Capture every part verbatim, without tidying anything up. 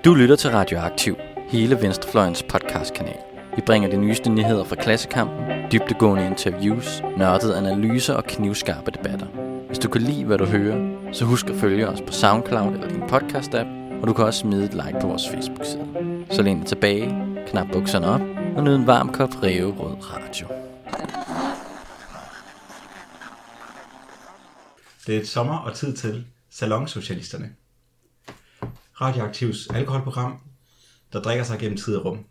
Du lytter til Radioaktiv, hele Venstrefløjens podcastkanal. Vi bringer de nyeste nyheder fra klassekampen, dybdegående interviews, nørdede analyser og knivskarpe debatter. Hvis du kan lide, hvad du hører, så husk at følge os på SoundCloud eller din podcast-app, og du kan også smide et like på vores Facebook-side. Så læn dig tilbage, knap bukserne op og nyd en varm kop ræverød radio. Det er et sommer og tid til Salonsocialisterne. Radioaktivs alkoholprogram, der drikker sig gennem tid og rum.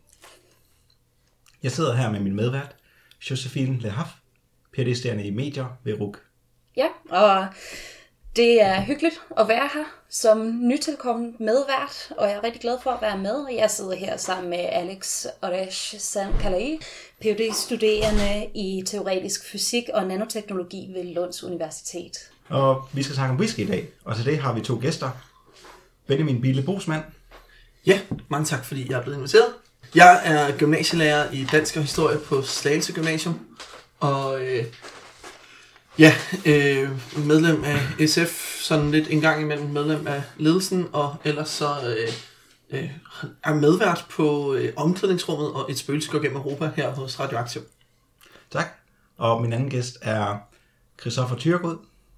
Jeg sidder her med min medvært, Josephine Le Haff, P H D-studerende i medier ved R U C. Ja, og det er hyggeligt at være her som nytilkommen medvært, og jeg er rigtig glad for at være med. Jeg sidder her sammen med Alex Oresh Sankalaei, P H D-studerende i teoretisk fysik og nanoteknologi ved Lunds Universitet. Og vi skal snakke om whisky i dag, og til det har vi to gæster. Benjamin Bille-Bosmand. Ja, mange tak, fordi jeg er blevet inviteret. Jeg er gymnasielærer i dansk og historie på Slagelse Gymnasium, og øh, ja, øh, medlem af S F, sådan lidt en gang imellem medlem af ledelsen, og ellers så øh, øh, er medvært på øh, omklædningsrummet og et spøgelse går gennem Europa her hos Radioaktiv. Tak. Og min anden gæst er Christoffer Thyregod.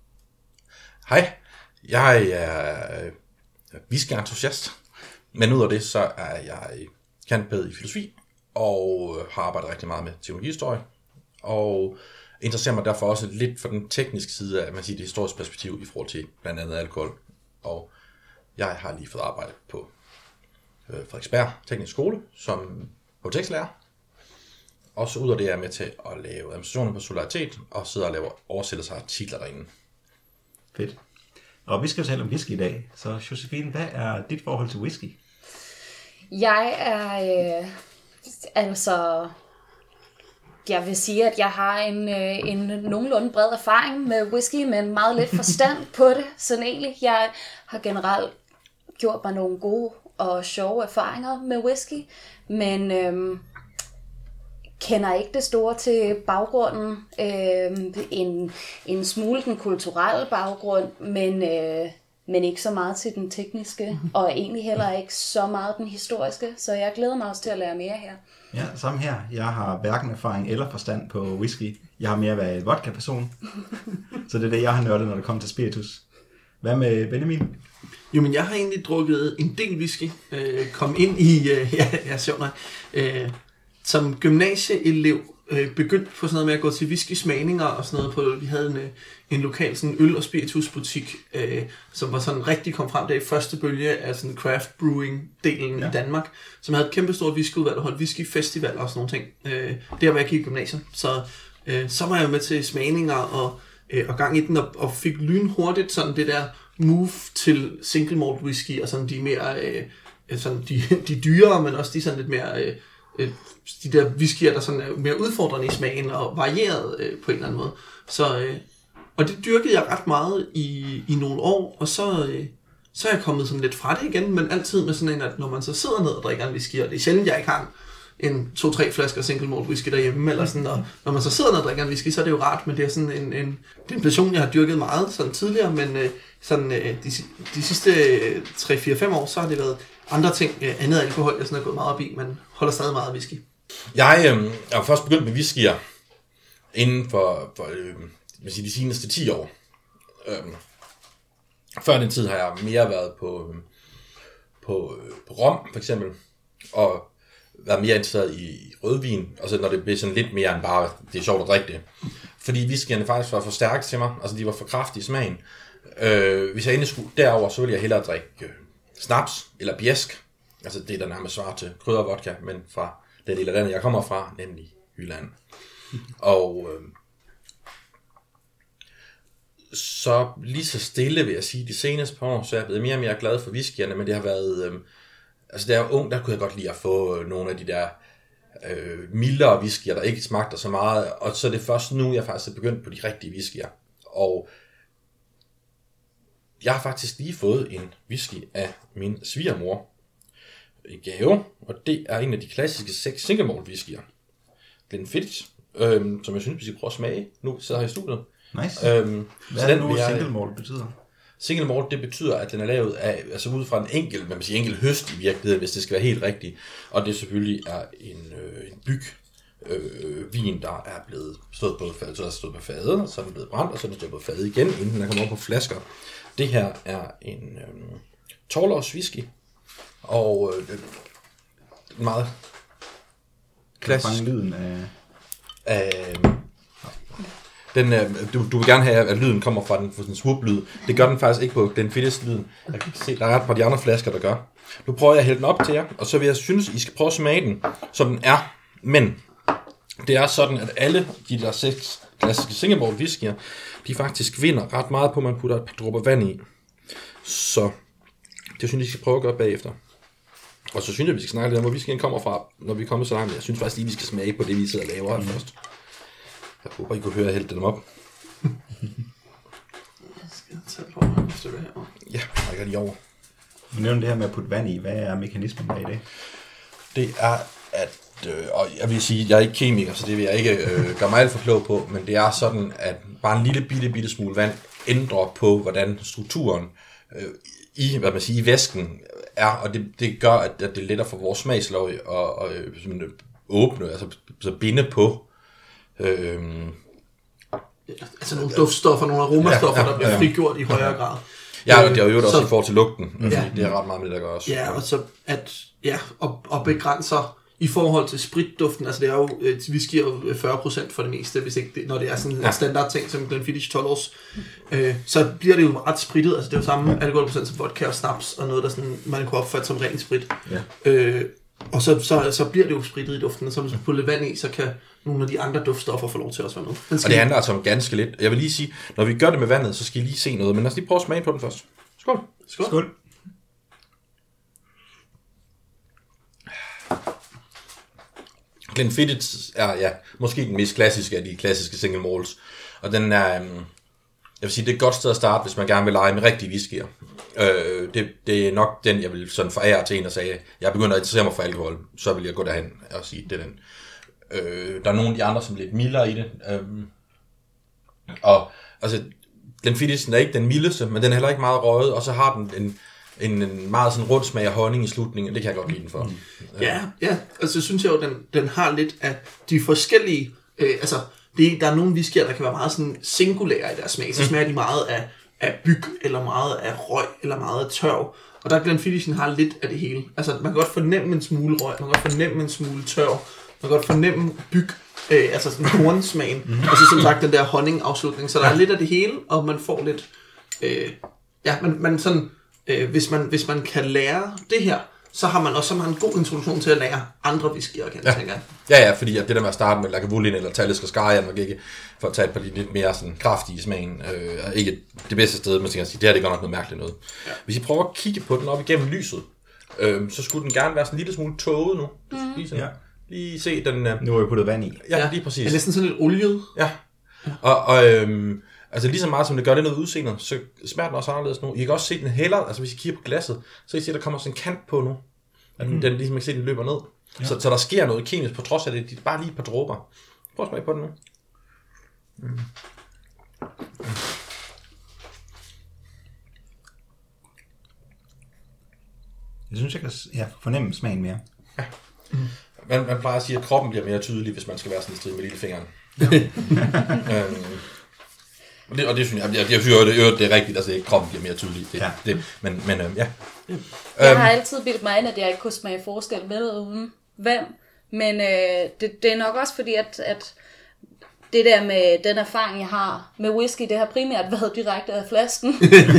Hej, jeg er whisky-entusiast, men ud af det, så er jeg cand.pæd i filosofi, og har arbejdet rigtig meget med teologihistorie, og interesserer mig derfor også lidt for den tekniske side af, man siger, det historiske perspektiv i forhold til blandt andet alkohol. Og jeg har lige fået arbejde på Frederiksberg Teknisk Skole som bibliotekslærer, og så ud af det er jeg med til at lave administration på Solidaritet, og sidder og laver oversættelser af artikler derinde. Fedt. Og vi skal tale om whisky i dag. Så Josephine, hvad er dit forhold til whisky? Jeg er øh, altså, jeg vil sige, at jeg har en, øh, en nogenlunde bred erfaring med whisky, men meget lidt forstand på det. Sådan egentlig, jeg har generelt gjort mig nogle gode og sjove erfaringer med whisky, men øh, kender ikke det store til baggrunden, øh, en, en smule den kulturelle baggrund, men, øh, men ikke så meget til den tekniske, og egentlig heller ikke så meget den historiske, så jeg glæder mig også til at lære mere her. Ja, samme her. Jeg har hverken erfaring eller forstand på whisky. Jeg har mere været vodka-person, så det er det, jeg har nørdet, når det kommer til spiritus. Hvad med Benjamin? Jo, men jeg har egentlig drukket en del whisky, øh, kom ind i, øh, ja, jeg sjov nej, øh, som gymnasieelev øh, begyndte på sådan noget med at gå til whisky-smagninger og sådan noget på, vi havde en, en lokal sådan øl- og spiritusbutik, øh, som var sådan rigtig kom frem der i første bølge af sådan craft brewing-delen ja. i Danmark, som havde et kæmpestort whiskyudvalg og holdt whisky-festival og sådan nogle ting. Øh, der var jeg gik i gymnasiet, så, øh, så var jeg med til smagninger og, øh, og gang i den, og, og fik lynhurtigt sådan det der move til single malt whisky, og sådan de mere, øh, sådan de, de dyrere, men også de sådan lidt mere... Øh, de der whiskyer, der sådan er mere udfordrende i smagen og varieret øh, på en eller anden måde. Så, øh, og det dyrkede jeg ret meget i, i nogle år, og så, øh, så er jeg kommet sådan lidt fra det igen, men altid med sådan en, at når man så sidder ned og drikker en whisky, og det er sjældent, jeg ikke har en to-tre flasker single malt whisky derhjemme, eller sådan, og når man så sidder ned og drikker en whisky, så er det jo rart, men det er sådan en, en, det er en passion, jeg har dyrket meget sådan tidligere, men øh, sådan, øh, de, de sidste tre fire fem år, så har det været andre ting, øh, andet alkohol, jeg sådan er gået meget op i, men holder stadig meget af whisky. Jeg øh, er først begyndt med whiskyer inden for, for øh, sige, de seneste ti år. Øh, før den tid har jeg mere været på, øh, på, øh, på rom, for eksempel, og været mere interesseret i rødvin, og så når det bliver sådan lidt mere end bare, det er sjovt at drikke det. Fordi whiskyerne faktisk var for stærke til mig, altså de var for kraftige i smagen. Øh, hvis jeg endelig skulle derover, så ville jeg hellere drikke øh, snaps eller bjæsk, altså det der nærmest svarer til kryddervodka, men fra den del af landet, jeg kommer fra, nemlig Jylland. Og øh, så lige så stille vil jeg sige, de seneste par år, så er jeg blevet mere og mere glad for whiskyerne, men det har været, øh, altså da jeg var ung, der kunne jeg godt lide at få nogle af de der øh, mildere whiskyer, der ikke smagte så meget, og så er det først nu, jeg faktisk er begyndt på de rigtige whiskyer. Og jeg har faktisk lige fået en whisky af min svigermor i gave, og det er en af de klassiske seks single malt whiskyer. Glenfiddich, øhm, som jeg synes, vi skal prøve at smage nu, sidder her i studiet. Nice. Øhm, Hvad er det nu single malt betyder? single malt, det betyder, at den er lavet af, altså ud fra en enkelt, man vil sige enkelt høst i virkeligheden, hvis det skal være helt rigtigt. Og det selvfølgelig er en, øh, en byg øh, vin, der er blevet stået på fadet, så er stået på fadet, og så er den blevet brændt, og så er den stået på fadet igen, inden den er kommet op på flasker. Det her er en øh, tolv-års whisky, og øh, meget klassisk. Kan lyden af... Øh, den, øh, du, du vil gerne have, at lyden kommer fra den, fra den swoop-lyd. Det gør den faktisk ikke på den fitteste lyden. Jeg kan se, der er ret på de andre flasker, der gør. Nu prøver jeg at hælde den op til jer, og så vil jeg synes, I skal prøve at smage den, som den er. Men det er sådan, at alle de der seks klassiske single malt whiskyer, de faktisk vinder ret meget på, at man putter et par dråber vand i. Så det synes jeg, I skal prøve at gøre bagefter. Og så synes jeg, vi skal snakke lidt om, hvor whiskyen kommer fra, når vi kommer så langt. Jeg synes faktisk lige, vi skal smage på det, vi sidder og laver her mm. først. Jeg håber, I kunne høre, at jeg hældte dem op. Jeg skal tage på et stykke herovre. Ja, jeg gør lige over. Du nævnte det her med at putte vand i. Hvad er mekanismen bag det? Det er, at... Øh, og jeg vil sige, jeg er ikke kemiker, så det vil jeg ikke øh, gøre mig alt for klog på, men det er sådan, at bare en lille bitte, bitte smule vand ændrer på, hvordan strukturen øh, i, hvad man siger, i væsken er, og det, det gør, at, at det er lettere for vores smagsløg at og, og, åbne, altså så binde på. Øhm, ja, altså nogle duftstoffer, nogle aromastoffer, ja, ja, der bliver ja, ja. frigjort i højere grad. Ja, og det er jo også så, i forhold til lugten. Ja. Det er ret meget med det, der gør også. Ja, og så at, ja, og, og begrænser i forhold til spritduften, altså det er jo, vi sker jo fyrre procent for det meste, hvis ikke det, når det er sådan en ja. standard ting, som Glenfiddich tolv års, øh, så bliver det jo ret sprittet, altså det er jo samme alkoholprocent som vodka og snaps, og noget, der sådan, man kunne opfatte som ren sprit. Ja. Øh, og så, så, så bliver det jo sprittet i duften, og så hvis man putter lidt vand i, så kan nogle af de andre duftstoffer få lov til også være med. Og det handler altså om ganske lidt. Jeg vil lige sige, når vi gør det med vandet, så skal I lige se noget, men lad os lige prøve at smage på den først. Skål! Skål! Skål. Glenfiddich er ja, måske den mest klassiske af de klassiske single malts, og den er, um, jeg vil sige, det er et godt sted at starte, hvis man gerne vil lege med rigtige whiskyer. Øh, det, det er nok den, jeg vil sådan forære til en, og sagde, jeg begynder at interessere mig for alkohol, så vil jeg gå derhen og sige, det er den. Øh, der er nogle af de andre, som er lidt mildere i det, øh, og altså, Glenfiddich er ikke den mildeste, men den er heller ikke meget røget, og så har den en En, en meget sådan rund smag af honning i slutningen, det kan jeg godt lide den for. Ja, ja, altså synes jeg jo, den, den har lidt af de forskellige, øh, altså det, der er nogle whiskyer, der kan være meget sådan singulære i deres smag, så mm. smager de meget af, af byg, eller meget af røg, eller meget af tørv, og der Glenfiddichen har lidt af det hele. Altså man kan godt fornemme en smule røg, man kan godt fornemme en smule tørv, man kan godt fornemme byg, øh, altså sådan kornsmagen, mm. og så som sagt den der honningafslutning, så der er lidt af det hele, og man får lidt, øh, ja, man, man sådan, Øh, hvis, man, hvis man kan lære det her, så har man også så har man en god introduktion til at lære andre whiskyer, kan jeg ja. tænke. Ja, ja, fordi at det der med at starte med Lagavulin eller Talisker og Skarian, nok ikke for at tage et par lidt mere sådan kraftige smagen, øh, er ikke det bedste sted, man skal sige, det her det gør nok noget mærkeligt noget. Ja. Hvis I prøver at kigge på den op igennem lyset, øh, så skulle den gerne være sådan en lille smule tåget nu. Mm. Lige, sådan, ja. lige se den... Øh, nu har vi puttet vand i. Ja, ja, lige præcis. Det er næsten sådan lidt oliet. Ja, og... og øh, altså lige så meget som det gør det noget udseende, så smager den også anderledes nu. I kan også se den heller, altså hvis I kigger på glasset, så kan I se, at der kommer sådan en kant på nu. At mm. den ligesom ikke se, den løber ned. Ja. Så, så der sker noget kemisk, på trods af det, det er bare lige et par dråber. Prøv at smage på den nu. Mm. Jeg synes, jeg kan ja, fornemme smagen mere. Ja. Mm. Man, man plejer at sige, at kroppen bliver mere tydelig, hvis man skal være sådan i strid med lillefingeren. Ja. øhm, Og det, og det synes jeg, jeg, jeg synes jo, det, det er rigtigt, altså kroppen bliver mere tydelig. Det, ja. det, men, men øh, ja. Jeg har altid bildt mig ind, at jeg ikke kunne smage forskel med eller uden vand. Men øh, det, det er nok også fordi, at, at det der med den erfaring, jeg har med whisky, det har primært været direkte af flasken.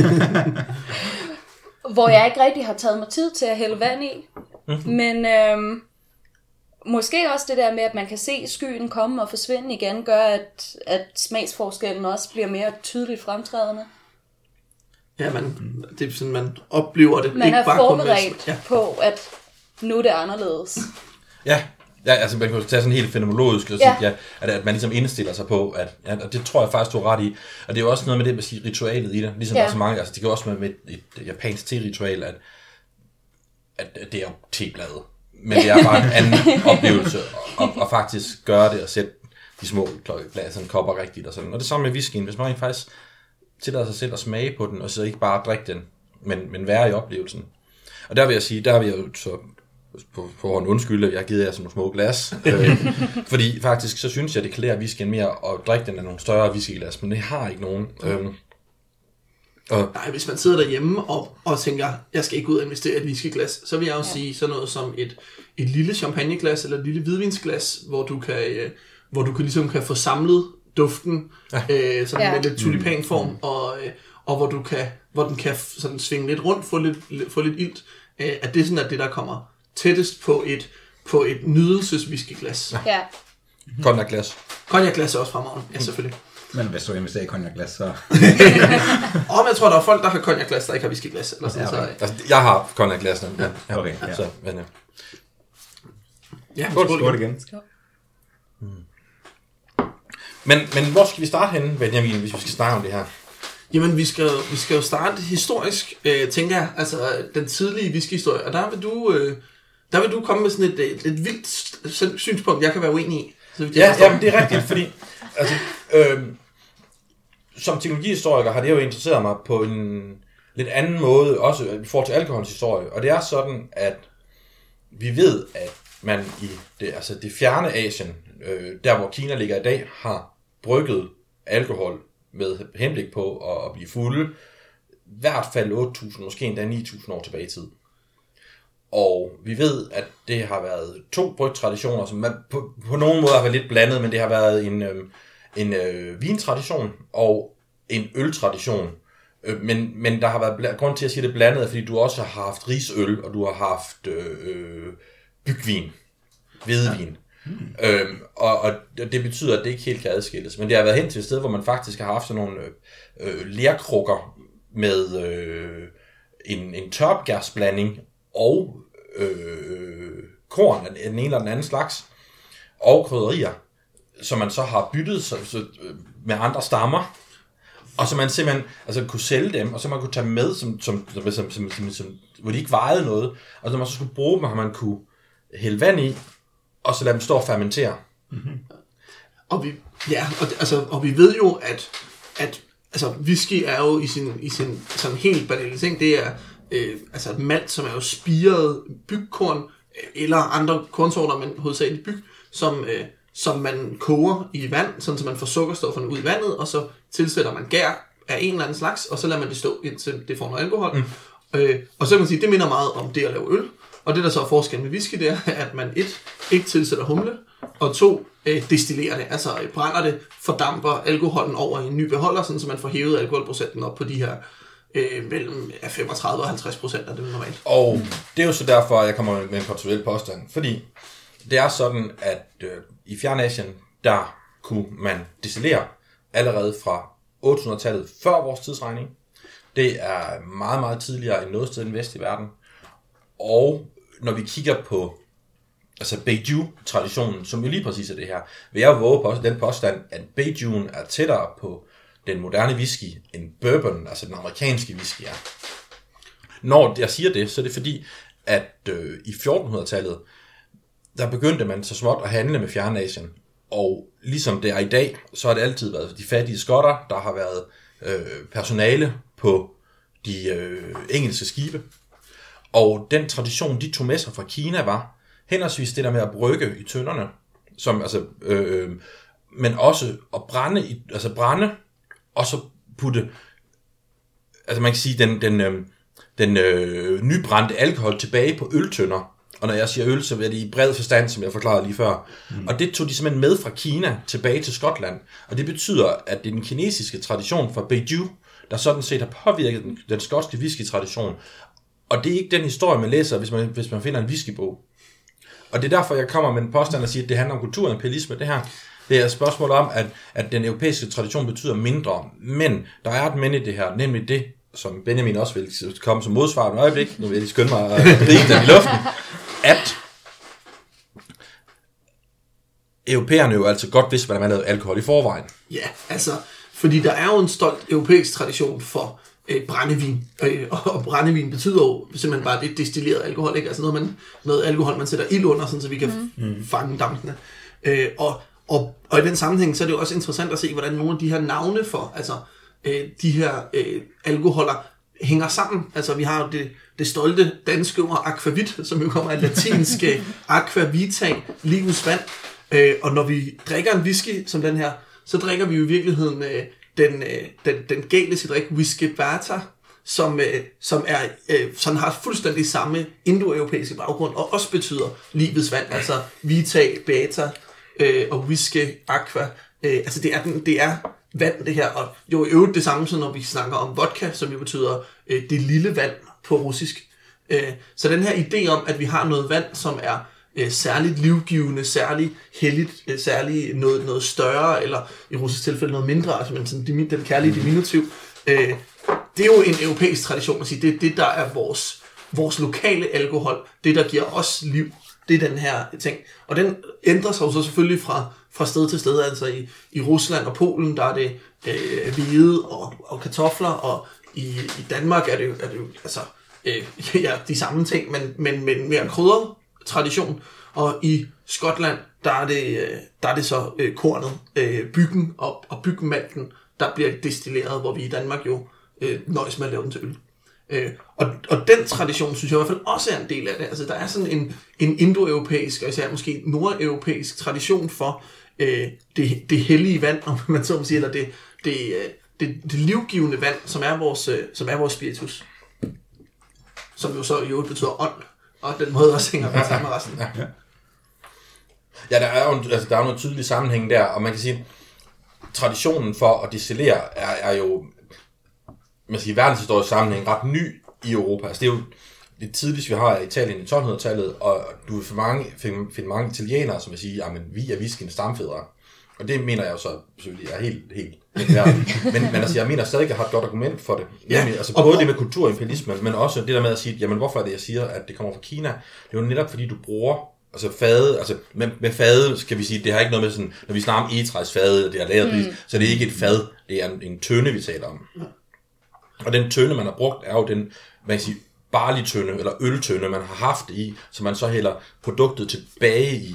Hvor jeg ikke rigtig har taget mig tid til at hælde vand i. Mm-hmm. Men... Øh, Måske også det der med, at man kan se skyen komme og forsvinde igen, gør, at, at smagsforskellen også bliver mere tydeligt fremtrædende. Ja, man, det er sådan, man oplever det. Man ikke er bare forberedt ja. på, at nu er det anderledes. Ja, ja altså man kan tage sådan helt fenomenologisk, og ja. Sige, ja, at, at man ligesom indstiller sig på, at, ja, og det tror jeg faktisk, du er ret i. Og det er jo også noget med det, man siger, ritualet i det. Ligesom ja. der er så mange, altså det kan også være med et, et japansk te-ritual, at, at det er tebladet. Men det er bare en anden oplevelse at, at faktisk gøre det og sætte de små sådan kopper rigtigt og sådan. Og det samme med whiskyen. Hvis man faktisk tillader sig selv at smage på den, og så ikke bare drikke den, men, men være i oplevelsen. Og der vil jeg sige, der har vi jo så på forhånd undskylde, at jeg har givet jer sådan nogle små glas. øh, fordi faktisk, så synes jeg, det klæder whiskyen mere at drikke den af nogle større whiskyglas, men det har ikke nogen. Øhm, og Nej, hvis man sidder derhjemme og, og tænker, jeg skal ikke ud og investere i et whiskyglas, så vil jeg jo ja. sige sådan noget som et, et lille champagneglas eller et lille hvidvinsglas, hvor du kan, øh, hvor du kan, ligesom kan få samlet duften ja. øh, sådan ja. med lidt tulipanform, mm. og, øh, og hvor, du kan, hvor den kan sådan svinge lidt rundt, få lidt, få lidt ilt. Øh, at det er sådan, at det der kommer tættest på et, på et nydelseswhiskyglas. Ja. Cognac-glas. Cognac-glas er også fremragende, ja selvfølgelig. Men hvis du investerer i cognac-glas, så... Og jeg tror, der er folk, der har cognac-glas, der ikke har whiskyglas. Eller sådan, ja, okay. så... altså, jeg har cognac-glas. Ja. Ja, okay. Ja. Så, men, ja. Ja, skål, skål igen. Skål. Hmm. Men, men hvor skal vi starte henne, Benjamin, hvis vi skal snakke om det her? Jamen, vi skal, vi skal jo starte historisk, øh, tænker jeg, altså den tidlige whiskyhistorie, og der vil du, øh, der vil du komme med sådan et, et, et vildt synspunkt, jeg kan være uenig i. Så ja, jamen, det er rigtigt, fordi altså, øh, som teknologihistoriker har det jo interesseret mig på en lidt anden måde, også i forhold til alkoholens historie, og det er sådan, at vi ved, at man i det, altså det fjerne Asien, øh, der hvor Kina ligger i dag, har brygget alkohol med henblik på at, at blive fulde, i hvert fald otte tusind, måske endda ni tusind år tilbage i tid. Og vi ved, at det har været to brygtraditioner, som man på, på nogen måde har været lidt blandet, men det har været en, øh, en øh, vintradition og en øltradition. Øh, men, men der har været grund til at sige det blandet, fordi du også har haft risøl, og du har haft øh, bygvin, hvedevin. Hmm. Øhm, og, og det betyder, at det ikke helt kan adskilles. Men det har været hen til et sted, hvor man faktisk har haft sådan nogle øh, lerkrukker med øh, en, en tørpgærsblanding og øh, korn af den ene eller den anden slags, og krydderier, som man så har byttet så, så, med andre stammer, og så man simpelthen altså, kunne sælge dem, og så man kunne tage med, som, som, som, som, som, som, som, hvor de ikke vejede noget, og så man så skulle bruge dem, har man kunne hælde vand i, og så lade dem stå og fermentere. Mm-hmm. Og vi, ja, og, altså, og vi ved jo, at, at altså, whisky er jo i sin, i sin sådan helt banale ting, det er øh, altså et malt, som er jo spiret bygkorn, eller andre kornsorter, men hovedsageligt byg, som, øh, som man koger i vand, sådan så man får sukkerstofferne ud i vandet, og så tilsætter man gær af en eller anden slags, og så lader man det stå, indtil det får noget alkohol. Mm. Øh, og så kan man sige, det minder meget om det at lave øl. Og det, der så er forskellen med whisky, det er, at man et, ikke tilsætter humle, og to, øh, destillerer det, altså øh, brænder det, fordamper alkoholen over i en ny beholder, sådan så man får hævet alkoholprocenten op på de her øh, mellem femogtredive og halvtreds procent af det normalt. Og det er jo så derfor, jeg kommer med en kontroversiel påstand, fordi det er sådan, at øh, i Fjernasien, der kunne man destillere allerede fra otte hundrede-tallet før vores tidsregning. Det er meget, meget tidligere end noget sted i den vestlige verden. Og når vi kigger på altså Beiju-traditionen, som jo lige præcis er det her, vil jeg våge på den påstand, at Beijuen er tættere på den moderne whisky end bourbon, altså den amerikanske whisky er. Når jeg siger det, så er det fordi, at øh, i fjortenhundredetallet, der begyndte man så småt at handle med Fjernasien. Og ligesom det er i dag, så har det altid været de fattige skotter, der har været øh, personale på de øh, engelske skibe. Og den tradition, de tog med sig fra Kina, var henholdsvis det der med at brygge i tønderne, som, altså, øh, men også at brænde, i, altså brænde, og så putte, altså man kan sige, den, den, øh, den øh, nybrændte alkohol tilbage på øltønder. Og når jeg siger øl, så er det i bred forstand, som jeg forklarede lige før. Mm. Og det tog de simpelthen med fra Kina tilbage til Skotland. Og det betyder, at det er den kinesiske tradition fra Beiju, der sådan set har påvirket den, den skotske whisky-tradition. Og det er ikke den historie, man læser, hvis man, hvis man finder en whiskybog. Og det er derfor, jeg kommer med en påstand og siger, at det handler om kulturimperialisme, det her. Det er et spørgsmål om, at, at den europæiske tradition betyder mindre. Men der er et men i det her, nemlig det, som Benjamin også vil komme som modsvar et øjeblik. Nu vil jeg lige skynde mig at grine den i luften. At europæerne jo altså godt vidste, hvordan man lavede alkohol i forvejen. Ja, altså, fordi der er jo en stolt europæisk tradition for øh, brændevin, øh, og brændevin betyder jo simpelthen bare, det destilleret alkohol, ikke? Altså noget, man, noget alkohol, man sætter ild under, sådan, så vi kan mm. fange dampene. Øh, og, og, og i den sammenhæng, så er det jo også interessant at se, hvordan nogle af de her navne for, altså øh, de her øh, alkoholer hænger sammen. Altså vi har jo det, det stolte danske ord aquavit, som jo kommer af latinsk aqua vitae, livets vand. Øh, og når vi drikker en whisky som den her, så drikker vi jo i virkeligheden øh, den, øh, den, den gæliske drik whisky bata, som, øh, som er, øh, sådan har fuldstændig samme indoeuropæiske baggrund, og også betyder livets vand, altså vitae, beta øh, og whisky, aqua. Øh, altså det er, den, det er vand det her, og jo i øvrigt det samme, som når vi snakker om vodka, som jo betyder øh, det lille vand på russisk. Øh, så den her idé om, at vi har noget vand, som er øh, særligt livgivende, særligt helligt, øh, særligt noget, noget større, eller i russisk tilfælde noget mindre, altså men sådan, den kærlige diminutiv, øh, det er jo en europæisk tradition at sige, det er det, der er vores, vores lokale alkohol, det der giver os liv, det er den her ting. Og den ændrer sig jo så selvfølgelig fra, fra sted til sted, altså i, i Rusland og Polen, der er det øh, hvede og, og kartofler, og i, i Danmark er det jo, er det jo altså, øh, ja, de samme ting, men, men, men mere krydret tradition. Og i Skotland, der er det, øh, der er det så øh, kornet, øh, byggen og, og byggemælken, der bliver destilleret, hvor vi i Danmark jo øh, nøjes med at lave den til øl. Øh, og, og den tradition, synes jeg i hvert fald også er en del af det. Altså der er sådan en, en indoeuropæisk, og især måske nordeuropæisk tradition for øh, det, det hellige vand, om man så må sige, eller det, det, det, det livgivende vand, som er vores, som er vores spiritus. Som jo så i øvrigt betyder ånd, og den måde også hænger på sammen med resten. Ja, ja. Ja, der er jo altså, der er jo noget tydelig sammenhæng der, og man kan sige, traditionen for at destillere er, er jo, man siger, verdenshistorisk sammenhæng ret ny i Europa. Altså det er jo det tidligste, vi har i Italien i tolvhundredetallet, og du vil finde mange, finde, finde mange italienere, som vil sige, at vi er whiskyens stamfædre. Og det mener jeg jo så selvfølgelig er helt, helt, helt værdigt. Men, men altså, jeg mener stadig, at jeg har et godt argument for det. Ja, jamen, altså både og, det med kulturimperialismen, men også det der med at sige, jamen hvorfor er det, jeg siger, at det kommer fra Kina? Det er jo netop fordi, du bruger, altså fade, altså med, med fade, skal vi sige, det har ikke noget med sådan, når vi snakker om egetræsfade, det er lavet, mm. så det er ikke et fad, det er en, en tønde, vi taler om. Og den tønde, man har brugt, er jo den, man kan sige, barleytønde, eller øltønde, man har haft i, så man så hælder produktet tilbage i.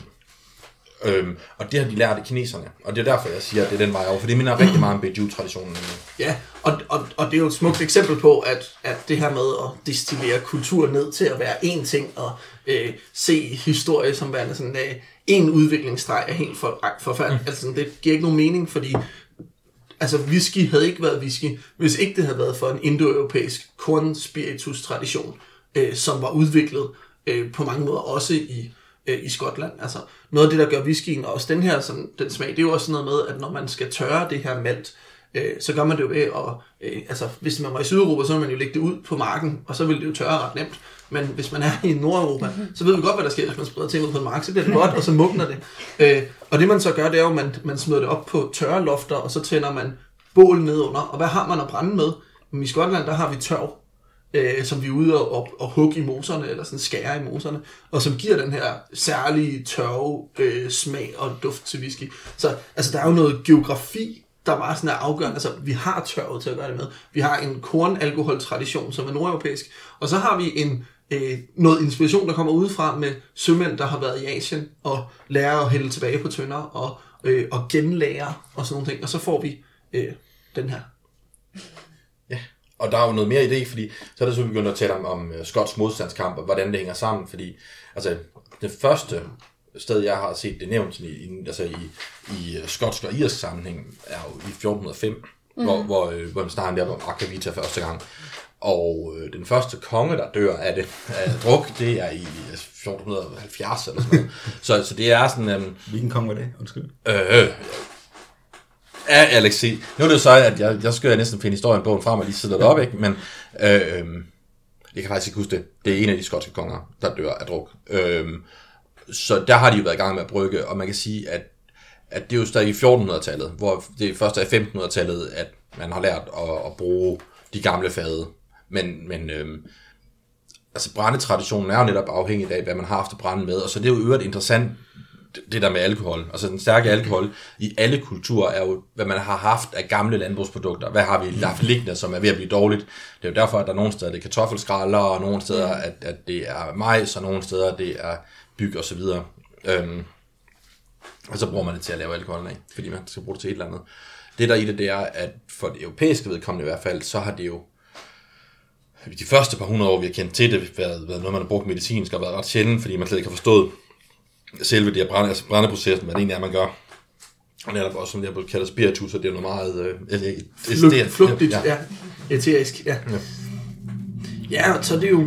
Øhm, og det har de lært af kineserne, og det er derfor, jeg siger, at det er den vej over, for det minder rigtig meget om Beiju-traditionen. Ja, og, og, og det er jo et smukt eksempel på, at, at det her med at destillere kultur ned til at være én ting, og øh, se historie som værende sådan øh, en udviklingsstreg er helt for, forfærdeligt. Mm. Altså, det giver ikke nogen mening, fordi altså, whisky havde ikke været whisky, hvis ikke det havde været for en indoeuropæisk kornspiritus-tradition, øh, som var udviklet øh, på mange måder også i i Skotland. Altså noget af det, der gør whiskyen, og også den her sådan, den smag, det er jo også sådan noget med, at når man skal tørre det her malt, øh, så gør man det jo ved at, øh, altså hvis man var i Sydeuropa, så vil man jo lægge det ud på marken, og så vil det jo tørre ret nemt. Men hvis man er i Nordeuropa, så ved vi godt, hvad der sker, hvis man spreder ting ud på en mark, så bliver det godt, og så mugner det. Øh, og det man så gør, det er jo, at man, man smider det op på tørre lofter, og så tænder man bål nedunder. Og hvad har man at brænde med? Men i Skotland, der har vi tørv, Øh, som vi er ude og, og, og hugge i moserne, eller sådan skære i moserne, og som giver den her særlige tørve øh, smag og duft til whisky. Så altså, der er jo noget geografi, der bare sådan er afgørende. Altså, vi har tørvet til at gøre det med. Vi har en kornalkoholtradition, som er nordeuropæisk, og så har vi en øh, noget inspiration, der kommer udefra med sømænd, der har været i Asien, og lærer at hælde tilbage på tønder, og, øh, og genlære, og sådan nogle ting. Og så får vi øh, den her. Ja. Og der er jo noget mere i det, fordi så er det så begyndt at tale om, om skotsk modstandskamp, og hvordan det hænger sammen, fordi altså, det første sted, jeg har set det nævnt i, i, altså i, i skotsk og irsk sammenhæng, er jo i fjorten hundrede og fem, mm. hvor, hvor, hvor man snakker der om akvavita første gang. Og øh, den første konge, der dør af det, af druk, det er i fjorten halvfjerds eller sådan noget. så, så det er sådan... Um, Hvilken konge var det? Undskyld. Øh, Ja, Alex, nu er det jo så, at jeg, jeg skal næsten finde historien frem, og lige sidder det op, ikke? Men øh, jeg kan faktisk ikke huske det. Det er en af de skotske konger, der dør af druk. Øh, så der har de jo været i gang med at brygge, og man kan sige, at, at det er jo stadig i fjorten hundrede-tallet, hvor det først er i femten hundrede-tallet, at man har lært at, at bruge de gamle fade. Men, men øh, altså brændetraditionen er jo netop afhængig af, hvad man har haft at brænde med, og så det er jo øvrigt interessant, det der med alkohol. Altså den stærke alkohol i alle kulturer er jo, hvad man har haft af gamle landbrugsprodukter. Hvad har vi lagt liggende, som er ved at blive dårligt? Det er jo derfor, at der er nogle steder, det er kartoffelskralder, og nogle steder, at, at det er majs, og nogle steder, det er byg og så videre. Øhm, og så bruger man det til at lave alkohol af, fordi man skal bruge det til et eller andet. det der i det, det er, at for det europæiske vedkommende i hvert fald, så har det jo de første par hundrede år, vi har kendt til det, været, været noget, man har brugt medicinsk og været ret sjældent, fordi man slet ikke har forstået selve det her brænde, altså brændeprocessen, hvad det egentlig er, man gør. Og netop også, som det her kalder spiritus, og det er noget meget øh, Flugt, flugtigt, ja. ja. Eterisk, ja. ja. Ja, så det er jo...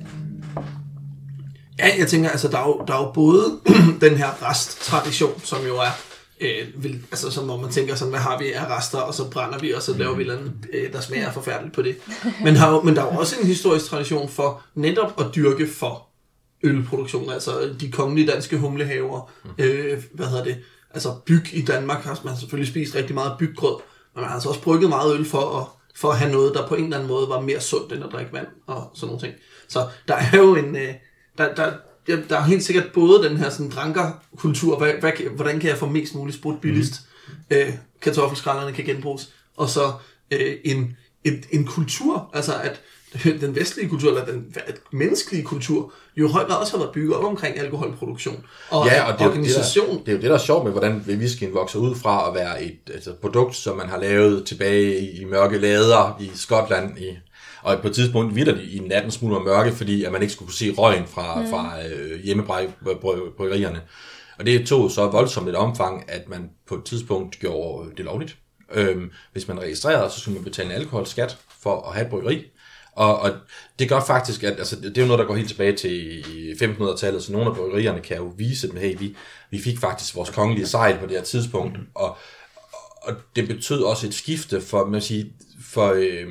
Ja, jeg tænker, altså, der er jo, der er jo både den her resttradition, som jo er, øh, vil, altså, som hvor man tænker sådan, hvad har vi af rester, og så brænder vi, og så laver vi et eller andet, øh, der smager forfærdeligt på det. Men, har, men der er jo også en historisk tradition for netop at dyrke for ølproduktion, altså de kongelige danske humlehaver, øh, hvad hedder det, altså byg i Danmark har man selvfølgelig spist rigtig meget byggrød, men man har altså også brygget meget øl for at, for at have noget, der på en eller anden måde var mere sundt end at drikke vand og sådan nogle ting. Så der er jo en, øh, der, der, der er helt sikkert både den her sådan drankerkultur, hvad, hvad, hvordan kan jeg få mest muligt sprudt billigst, øh, kartoffelskrællerne kan genbruges, og så øh, en, en, en kultur, altså at den vestlige kultur, eller den menneskelige kultur, jo i høj grad også har været bygget op omkring alkoholproduktion og, ja, og det organisation. Er det, der, det er jo det, der er sjovt med, hvordan whiskyen vokser ud fra at være et altså, produkt, som man har lavet tilbage i, i mørke lader i Skotland, i, og på et tidspunkt vidder i natten smule mørke, fordi at man ikke skulle kunne se røgen fra, mm. fra øh, hjemmebryggerierne. Og det tog så voldsomt et omfang, at man på et tidspunkt gjorde det lovligt. Øhm, hvis man registrerede, så skulle man betale en alkoholskat for at have et bryggeri. Og, og det gør faktisk, at altså, det er jo noget, der går helt tilbage til femtenhundredetallet, så nogle af bryggerierne kan jo vise dem, hey, vi, vi fik faktisk vores kongelige sejl på det her tidspunkt, og, og det betød også et skifte for, man siger, for øh,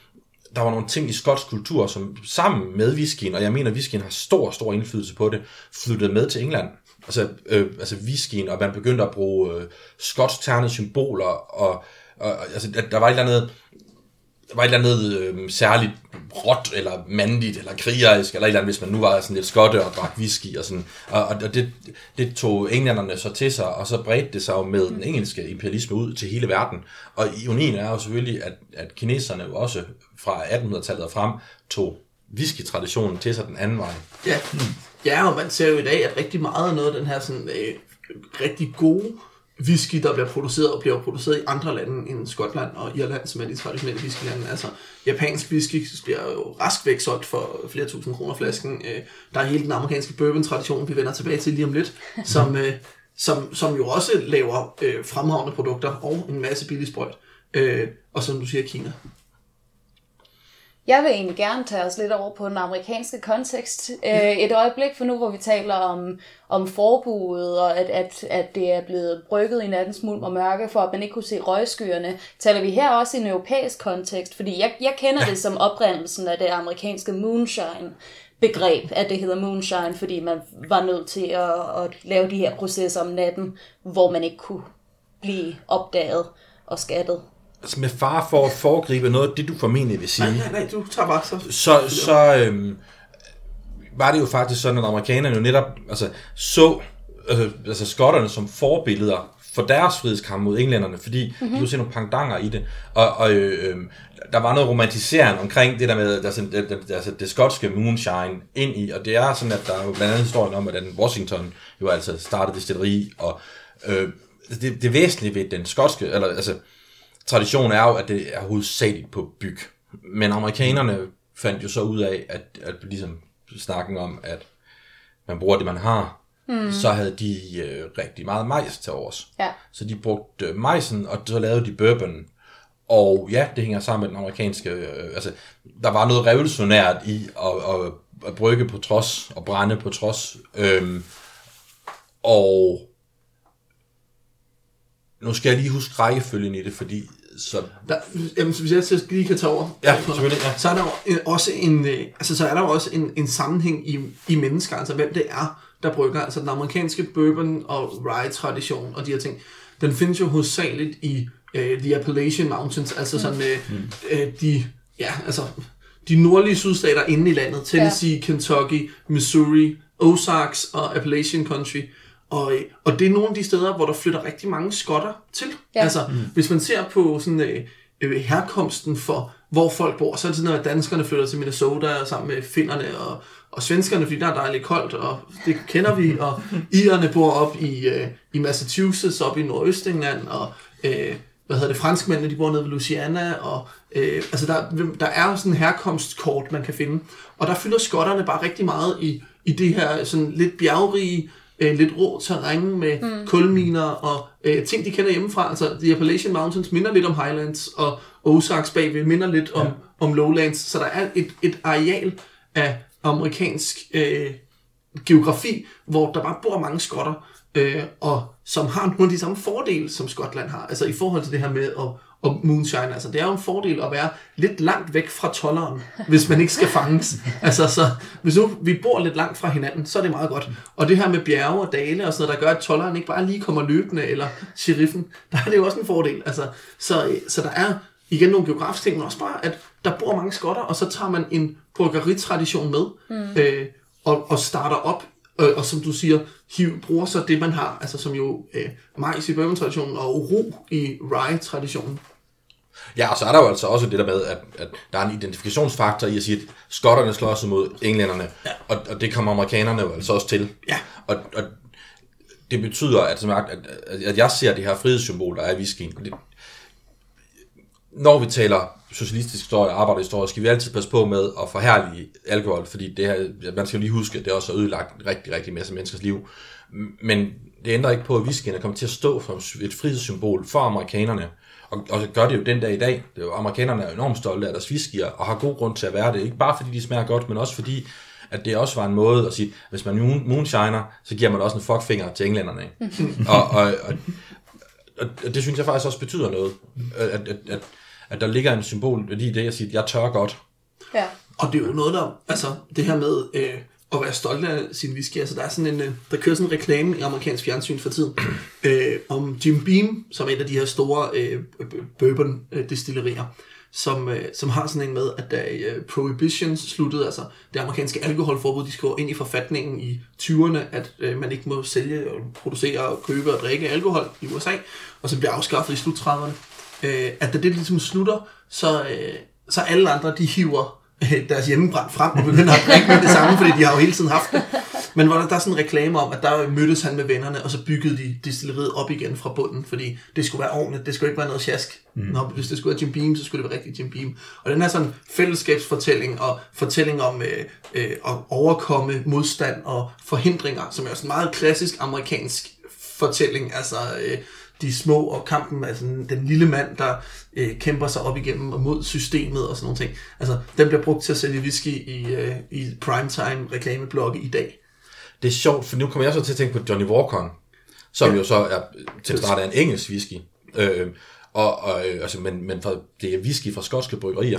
der var nogle ting i skotsk kultur, som sammen med whiskyen, og jeg mener, whiskyen har stor, stor indflydelse på det, flyttede med til England. Altså, øh, altså whiskyen, og man begyndte at bruge øh, skotsk-ternede symboler, og, og altså, der var et eller andet, der var et eller andet øh, særligt råt, eller mandligt, eller krigerisk, eller et eller andet, hvis man nu var sådan lidt skotte og drak whisky, og sådan. Og, og det, det tog englænderne så til sig, og så bredte det sig jo med den engelske imperialisme ud til hele verden. Og ironien er jo selvfølgelig, at, at kineserne jo også fra attenhundredetallet og frem tog whisky-traditionen til sig den anden vej. Ja, ja, og man ser jo i dag, at rigtig meget af noget af den her sådan, øh, rigtig gode whisky, der bliver produceret og bliver produceret i andre lande end Skotland og Irland, som er de traditionelle whiskylande. Altså, japansk whisky bliver jo rask væk solgt for flere tusind kroner flasken. Der er hele den amerikanske bourbon-tradition, vi vender tilbage til lige om lidt, som, som, som jo også laver øh, fremragende produkter og en masse billig sprøjt. Øh, og som du siger, Kina. Jeg vil egentlig gerne tage os lidt over på den amerikanske kontekst øh, et øjeblik, for nu hvor vi taler om, om forbuddet, og at, at, at det er blevet brygget i nattens mulm og mørke, for at man ikke kunne se røgskyerne, taler vi her også i en europæisk kontekst, fordi jeg, jeg kender det som oprindelsen af det amerikanske moonshine-begreb, at det hedder moonshine, fordi man var nødt til at, at lave de her processer om natten, hvor man ikke kunne blive opdaget og skattet. Altså med far for at foregribe noget af det, du formentlig vil sige. Nej, nej, nej, du tager bare så. Så, så øhm, var det jo faktisk sådan, at amerikanerne jo netop altså, så altså, altså skotterne som forbilleder for deres frihedskamp mod englænderne, fordi mm-hmm. de kunne se nogle pangdanger i det. Og, og øh, der var noget romantiserende omkring det der med altså, det, altså, det skotske moonshine ind i, og det er sådan, at der er jo blandt andet historien om, at den Washington jo altså startede destilleri, og øh, det, det væsentlige ved den skotske, eller altså traditionen er jo, at det er hovedsageligt på byg. Men amerikanerne fandt jo så ud af, at, at ligesom snakken om, at man bruger det, man har, mm. så havde de øh, rigtig meget majs til overs. Ja. Så de brugte øh, majsen, og så lavede de bourbon. Og ja, det hænger sammen med den amerikanske... Øh, altså, der var noget revolutionært i at, at, at brygge på trods, og brænde på trods. Øhm, og... Nu skal jeg lige huske rækkefølgen i det, fordi... Så... Der, jamen, hvis jeg lige kan tage over, ja, selvfølgelig, ja. så er der jo også en, altså, så er der jo også en, en sammenhæng i, i mennesker, altså hvem det er, der brygger. Altså den amerikanske bourbon og rye-tradition og de her ting, den findes jo hovedsageligt i uh, The Appalachian Mountains, altså sådan uh, mm. uh, de, ja, altså, de nordlige sydstater inde i landet, Tennessee, ja. Kentucky, Missouri, Ozarks og Appalachian Country. Og, og det er nogle af de steder, hvor der flytter rigtig mange skotter til. Ja. Altså, mm. hvis man ser på sådan, øh, øh, herkomsten for, hvor folk bor, så er det sådan, at danskerne flytter til Minnesota sammen med finnerne og, og svenskerne, fordi der er dejligt koldt, og det kender vi. Og irerne bor op i, øh, i Massachusetts, op i Nordøstengland, og øh, hvad hedder det, franskmændene, de bor nede ved Louisiana, og øh, altså der, der er sådan en herkomstkort, man kan finde, og der fylder skotterne bare rigtig meget i, i det her sådan lidt bjergrige, øh, lidt rå terræn med mm. kulminer og øh, ting, de kender hjemmefra. Altså, The Appalachian Mountains minder lidt om Highlands, og Ozarks bagved minder lidt om, ja. om Lowlands, så der er et, et areal af amerikansk øh, geografi, hvor der bare bor mange skotter, øh, og som har nogle af de samme fordele, som Skotland har. Altså i forhold til det her med at, at moonshine. Altså det er jo en fordel at være lidt langt væk fra tolderen, hvis man ikke skal fanges. Altså så, hvis nu vi bor lidt langt fra hinanden, så er det meget godt. Og det her med bjerge og dale og sådan noget, der gør, at tolderen ikke bare lige kommer løbende, eller sheriffen, der er det jo også en fordel. Altså, så, så der er igen nogle geografiske ting, men også bare, at der bor mange skotter, og så tager man en bryggeritradition med, mm. øh, og, og starter op, øh, og som du siger, hiv, bruger så det, man har, altså som jo øh, majs i bourbon-traditionen, og ro i rye-traditionen. Ja, og så er der jo altså også det der med, at, at der er en identifikationsfaktor i at sige, at skotterne slår sig mod englænderne, ja. og, og det kommer amerikanerne jo altså også til. Ja. Og, og det betyder, at, at, at jeg ser det her frihedssymbol, der er i whiskyen. Det, når vi taler socialistisk historie og arbejderhistorie, skal vi altid passe på med at forherlige alkohol, fordi det her, man skal jo lige huske, at det også har ødelagt en rigtig, rigtig masse menneskers liv. Men det ændrer ikke på, at whiskyen er kommet til at stå som et frihedssymbol for amerikanerne, og, og gør det jo den dag i dag. Det er jo, amerikanerne er enormt stolte af deres whiskyer, og har god grund til at være det. Ikke bare fordi de smager godt, men også fordi, at det også var en måde at sige, hvis man moonshiner, så giver man også en fuckfinger til englænderne. og, og, og, og det synes jeg faktisk også betyder noget, at, at, at at der ligger en symbol i det, jeg siger, at jeg tør godt. Ja. Og det er jo noget, der, altså det her med øh, at være stolt af sin whisky, altså der er sådan en, øh, der kører sådan en reklame i amerikansk fjernsyn for tiden, øh, om Jim Beam, som er en af de her store øh, bourbon-destillerier, som, øh, som har sådan en med, at da øh, Prohibition sluttede, altså det amerikanske alkoholforbud, de skrev ind i forfatningen i tyverne, at øh, man ikke må sælge, producere, købe og drikke alkohol i U S A, og så bliver afskaffet i slut trediverne. Øh, at da det ligesom slutter, så, øh, så alle andre, de hiver øh, deres hjemmebrand frem og begynder at drikke med det samme, fordi de har jo hele tiden haft det. Men hvor der, der er sådan en reklame om, at der mødtes han med vennerne, og så byggede de destilleriet op igen fra bunden, fordi det skulle være ordentligt, det skulle ikke være noget sjask. Mm. Nå, hvis det skulle være Jim Beam, så skulle det være rigtig Jim Beam. Og den er sådan fællesskabsfortælling, og fortælling om øh, øh, at overkomme modstand og forhindringer, som er sådan en meget klassisk amerikansk fortælling, altså øh, de små og kampen, altså den lille mand, der øh, kæmper sig op igennem og mod systemet og sådan nogle ting. Altså, den bliver brugt til at sælge whisky i, øh, i primetime reklameblokke i dag. Det er sjovt, for nu kommer jeg så til at tænke på Johnny Walker, som ja. jo så er til at starte en engelsk whisky. Øh, og, og, altså, men, men for, det er whisky fra skotske bryggerier.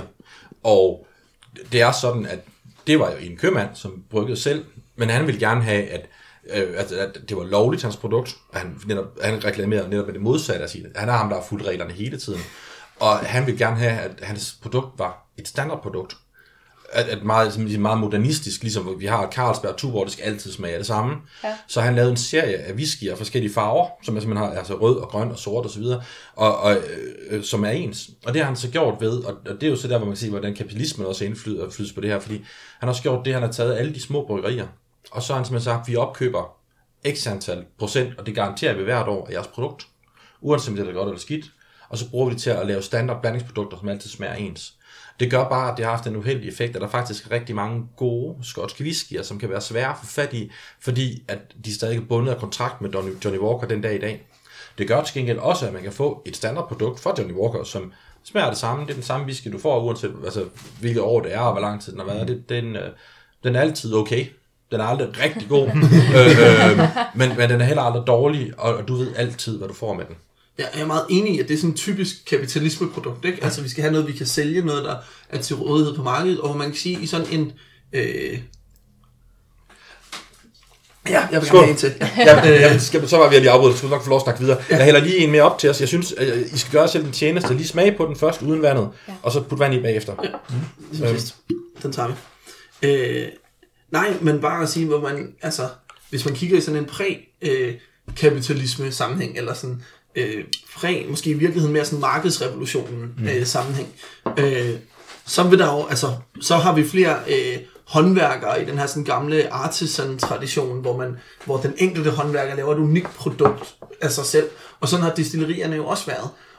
Og det er sådan, at det var jo en købmand, som bryggede selv, men han ville gerne have, at At, at det var lovligt, hans produkt. Han, netop, han reklamerede netop med det modsatte at sige, han er ham, der har fulgt reglerne hele tiden. Og han ville gerne have, at hans produkt var et standardprodukt. At, at meget, meget modernistisk, ligesom vi har et Carlsberg Tuborg, det skal altid smage af det samme. Ja. Så han lavede en serie af whisky af forskellige farver, som man har, altså rød og grøn og sort og så videre, og, og, øh, som er ens. Og det har han så gjort ved, og, og det er jo så der, hvor man kan sige, hvordan kapitalismen også indflyder på det her, fordi han har også gjort det, han har taget alle de små bryggerier, og så har han simpelthen sagt, at vi opkøber x antal procent, og det garanterer vi hvert år af jeres produkt, uanset om det er godt eller skidt, og så bruger vi det til at lave standard blandingsprodukter, som altid smager ens. Det gør bare, at det har haft en uheldig effekt, at der faktisk er rigtig mange gode skotske whiskyer, som kan være svære at få fat i, fordi at de stadig er bundet af kontrakt med Johnny Walker den dag i dag. Det gør til gengæld også, at man kan få et standardprodukt fra Johnny Walker, som smager det samme. Det er den samme whisky, du får, uanset altså, hvilket år det er, og hvor lang tid den har været. Det, den, den er altid okay. Den er aldrig rigtig god, øh, øh, men, men den er heller aldrig dårlig, og, og du ved altid, hvad du får med den. Ja, jeg er meget enig i, at det er sådan et typisk kapitalismeprodukt, ikke? Altså, vi skal have noget, vi kan sælge, noget, der er til rådighed på markedet, og man kan sige, i sådan en... Øh... Ja, jeg vil gerne have en til. Ja. Ja, ja, skal, så var vi lige afbrudt, så skal du nok få lov at snakke videre. Ja. Jeg hælder lige en mere op til os. Jeg synes, I skal gøre selv en tjeneste. Lige smage på den først, uden vandet, ja. Og så putte vand i bagefter. Ja, mm. øhm. Den tager vi. Øh... Nej, men bare at sige, hvor man, altså, hvis man kigger i sådan en præ-kapitalisme sammenhæng, eller sådan øh, præ, måske i virkeligheden mere sådan markedsrevolutionen mm. øh, sammenhæng, øh, så vil der jo, altså, så har vi flere øh, håndværkere i den her sådan gamle artisan-tradition, hvor man, hvor den enkelte håndværker laver et unikt produkt af sig selv, og sådan har destillerierne jo også været.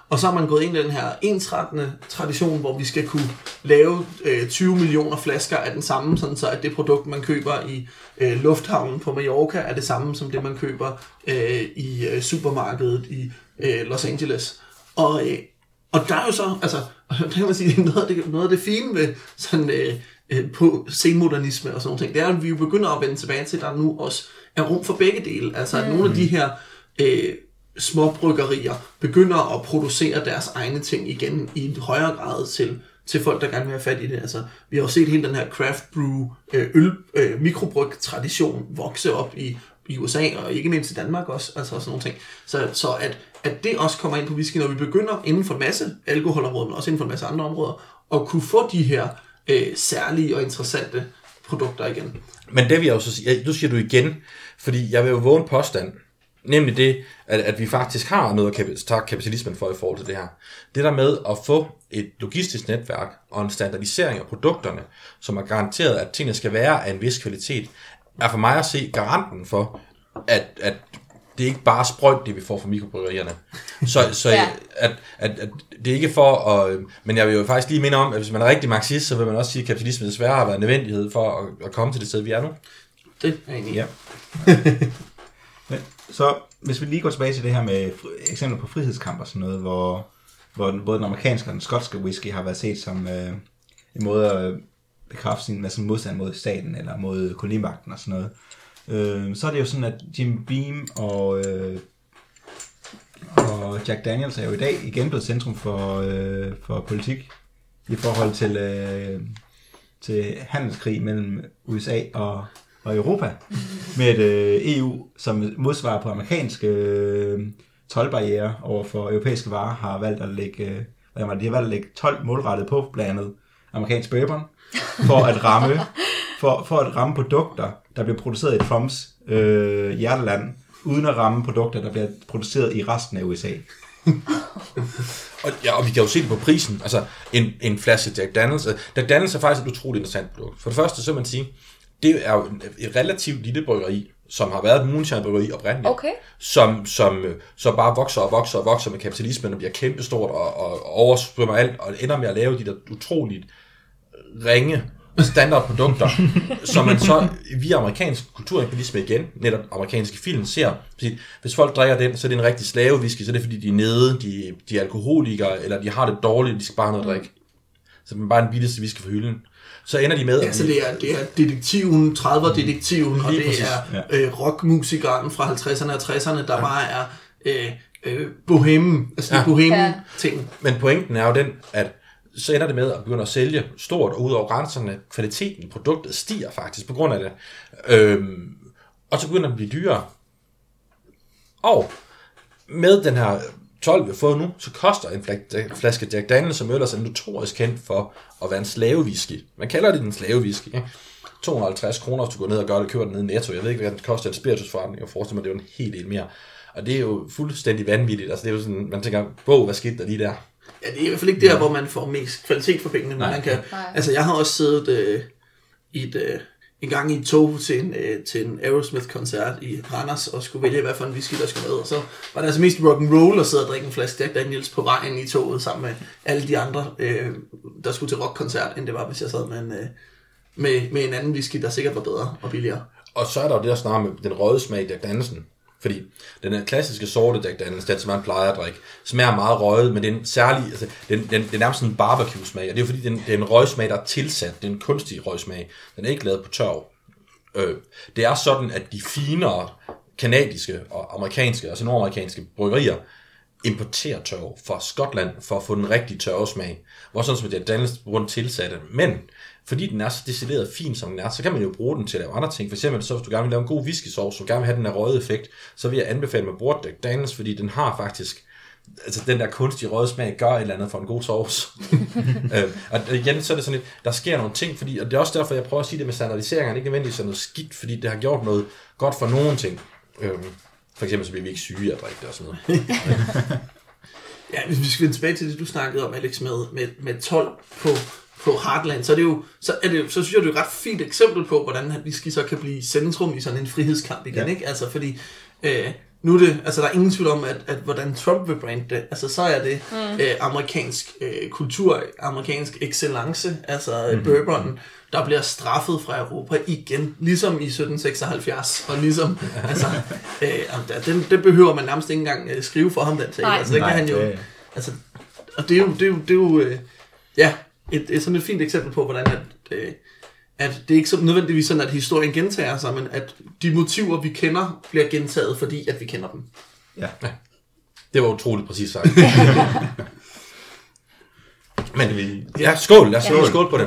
Og så har man gået ind i den her ensrettende tradition, hvor vi skal kunne lave øh, tyve millioner flasker af den samme, sådan så at det produkt, man køber i øh, lufthavnen på Mallorca, er det samme som det, man køber øh, i øh, supermarkedet i øh, Los Angeles. Og, øh, og der er jo så, altså, der kan man sige, noget af det, noget af det fine ved sådan øh, øh, på senmodernisme og sådan noget ting, det er, at vi jo begynder at vende tilbage til, at der nu også er rum for begge dele. Altså, at mm. nogle af de her øh, små bryggerier begynder at producere deres egne ting igen i en højere grad til, til folk, der gerne vil have fat i det. Altså, vi har jo set hele den her craft brew, øh, øl, øh, mikrobryg-tradition vokse op i, i U S A, og ikke mindst i Danmark også, altså sådan nogle ting. Så, så at, at det også kommer ind på whisky, når vi begynder inden for en masse alkoholområder, men også inden for en masse andre områder, at kunne få de her øh, særlige og interessante produkter igen. Men det vil jeg jo så sige, nu siger du igen, fordi jeg vil jo våge en påstand, nemlig det, at, at vi faktisk har noget at takke kapitalismen for i forhold til det her. Det der med at få et logistisk netværk og en standardisering af produkterne, som er garanteret, at tingene skal være af en vis kvalitet, er for mig at se garanten for, at, at det ikke bare er sprøjt, det vi får fra mikrobryggerierne. Så, så ja. at, at, at det ikke for at... Men jeg vil jo faktisk lige minde om, at hvis man er rigtig marxist, så vil man også sige, at kapitalismen desværre har været en nødvendighed for at, at komme til det sted, vi er nu. Det er egentlig, ja. Men, så hvis vi lige går tilbage til det her med eksempler på frihedskamp og sådan noget, hvor, hvor både den amerikanske og den skotske whisky har været set som øh, en måde at bekræfte sin altså modstand mod staten eller mod kolonimagten og sådan noget. Øh, så er det jo sådan, at Jim Beam og, øh, og Jack Daniels er jo i dag igen blevet centrum for, øh, for politik i forhold til, øh, til handelskrig mellem U S A og, og Europa med et øh, E U, som modsvarer på amerikanske øh, toldbarrierer over for europæiske varer, har valgt at lægge, øh, hvad man, de har valgt at lægge tolv målrettet på, blandt andet amerikansk bourbon, for at ramme for, for at ramme produkter, der bliver produceret i Trumps øh, hjerteland, uden at ramme produkter, der bliver produceret i resten af U S A. og, ja, og vi kan jo se det på prisen. Altså, en, en flaske Jack Daniels. Jack Daniels er faktisk et utroligt interessant produkt. For det første, så vil man sige, det er jo et relativt lille bryggeri, som har været et moonshine-bryggeri oprindeligt, okay. som, som så bare vokser og vokser og vokser med kapitalismen og bliver kæmpestort og, og oversvømmer alt, og ender med at lave de der utroligt ringe standardprodukter, som man så via amerikansk kulturimperialisme igen, netop amerikanske film, ser. Hvis folk drikker den, så er det en rigtig slavewhisky, så er det fordi, de er nede, de, de er alkoholikere, eller de har det dårligt, de skal bare have noget at drikke. Så det er bare en billigste whisky for hylden. Så ender de med... Ja, så det er, det er detektiven, trediver-detektiven, og det er øh, rockmusikeren fra halvtredserne og tresserne, der ja. bare er øh, øh, boheme, altså ja. det boheme-ting. Ja. Men pointen er jo den, at så ender det med at begynde at sælge stort, og ud over grænserne, kvaliteten, produktet stiger faktisk på grund af det. Øhm, og så begynder det at blive dyrere. Og med den her tolv, vi har fået nu, så koster en flaske Jack Daniels, som ellers er notorisk kendt for at være en slavewhisky. Man kalder det en slavewhisky. Ikke? to hundrede og halvtreds kroner, hvis du går ned og gør det, køber den ned i Netto. Jeg ved ikke, hvad den koster en spiritusforretning. Jeg forestiller mig, det er jo en hel del mere. Og det er jo fuldstændig vanvittigt. Altså, det er jo sådan, man tænker, wow, hvad skete der lige der? Ja, det er i hvert fald ikke der, hvor man får mest kvalitet for pengene. Men man kan, altså, jeg har også siddet øh, i et, øh, en gang i et tog til en, øh, til en Aerosmith-koncert i Randers, og skulle vælge, hvad for en whisky, der skulle med. Og så var det altså mest rock'n'roll at sidde og drikke en flaske Jack Daniels på vejen i toget, sammen med alle de andre, øh, der skulle til rockkoncert, end det var, hvis jeg sad med en, øh, med, med en anden whisky, der sikkert var bedre og billigere. Og så er der jo det at snakke med den røde smag Jack Danielsen. Fordi den her klassiske sorte Jack Daniels, den som man plejer at drikke, smager meget røget, men det er en særlig, altså, den, den, den er nærmest sådan en barbecue-smag, og det er jo fordi, den, det er en røgsmag, der er tilsat, det er en kunstig røgsmag, den er ikke lavet på tørv. Øh, det er sådan, at de finere kanadiske og amerikanske, altså nordamerikanske bryggerier, importerer tørv fra Skotland for at få den rigtige tørvesmag, hvor sådan som Jack Daniels bruger den tilsatte, men fordi den er så destilleret fin, som den er, så kan man jo bruge den til at lave andre ting. For eksempel, så hvis du gerne vil lave en god whisky-sauce, og gerne vil have den her røde effekt, så vil jeg anbefale, at man bruger Jack Daniels, fordi den har faktisk, altså den der kunstige røde smag, gør et eller andet for en god sauce. øh, og igen, så er det sådan lidt, der sker nogle ting, fordi, og det er også derfor, jeg prøver at sige det med standardiseringen, ikke nødvendigvis sådan noget skidt, fordi det har gjort noget godt for nogle ting. Øh, for eksempel, så bliver vi ikke syge af at drikke det og sådan noget. Ja, hvis vi skal vende tilbage til det, du snakkede om, Alex, med, med, med tolv på på Heartland, så er det jo, så er det jo, så synes jeg, det er et ret fint eksempel på, hvordan whisky så kan blive centrum i sådan en frihedskamp igen, ja. ikke? Altså, fordi øh, nu er det, altså der er ingen tvivl om, at, at hvordan Trump vil brande det, altså så er det mm. øh, amerikansk øh, kultur, amerikansk excellence, altså mm. bourbonen, der bliver straffet fra Europa igen, ligesom i sytten seksoghalvfjerds, og ligesom, altså, øh, den, det behøver man nærmest ikke engang øh, skrive for ham, den tale, altså det kan han jo, altså, og det er jo, det er jo, det er jo øh, ja, et, et sådan et fint eksempel på, hvordan at, øh, at det er ikke så nødvendigvis sådan, at historien gentager sig, men at de motiver, vi kender, bliver gentaget, fordi at vi kender dem. Ja, ja. Det var utroligt præcis sagt. Men vi... Ja, skål. Lad os ja. skål på det.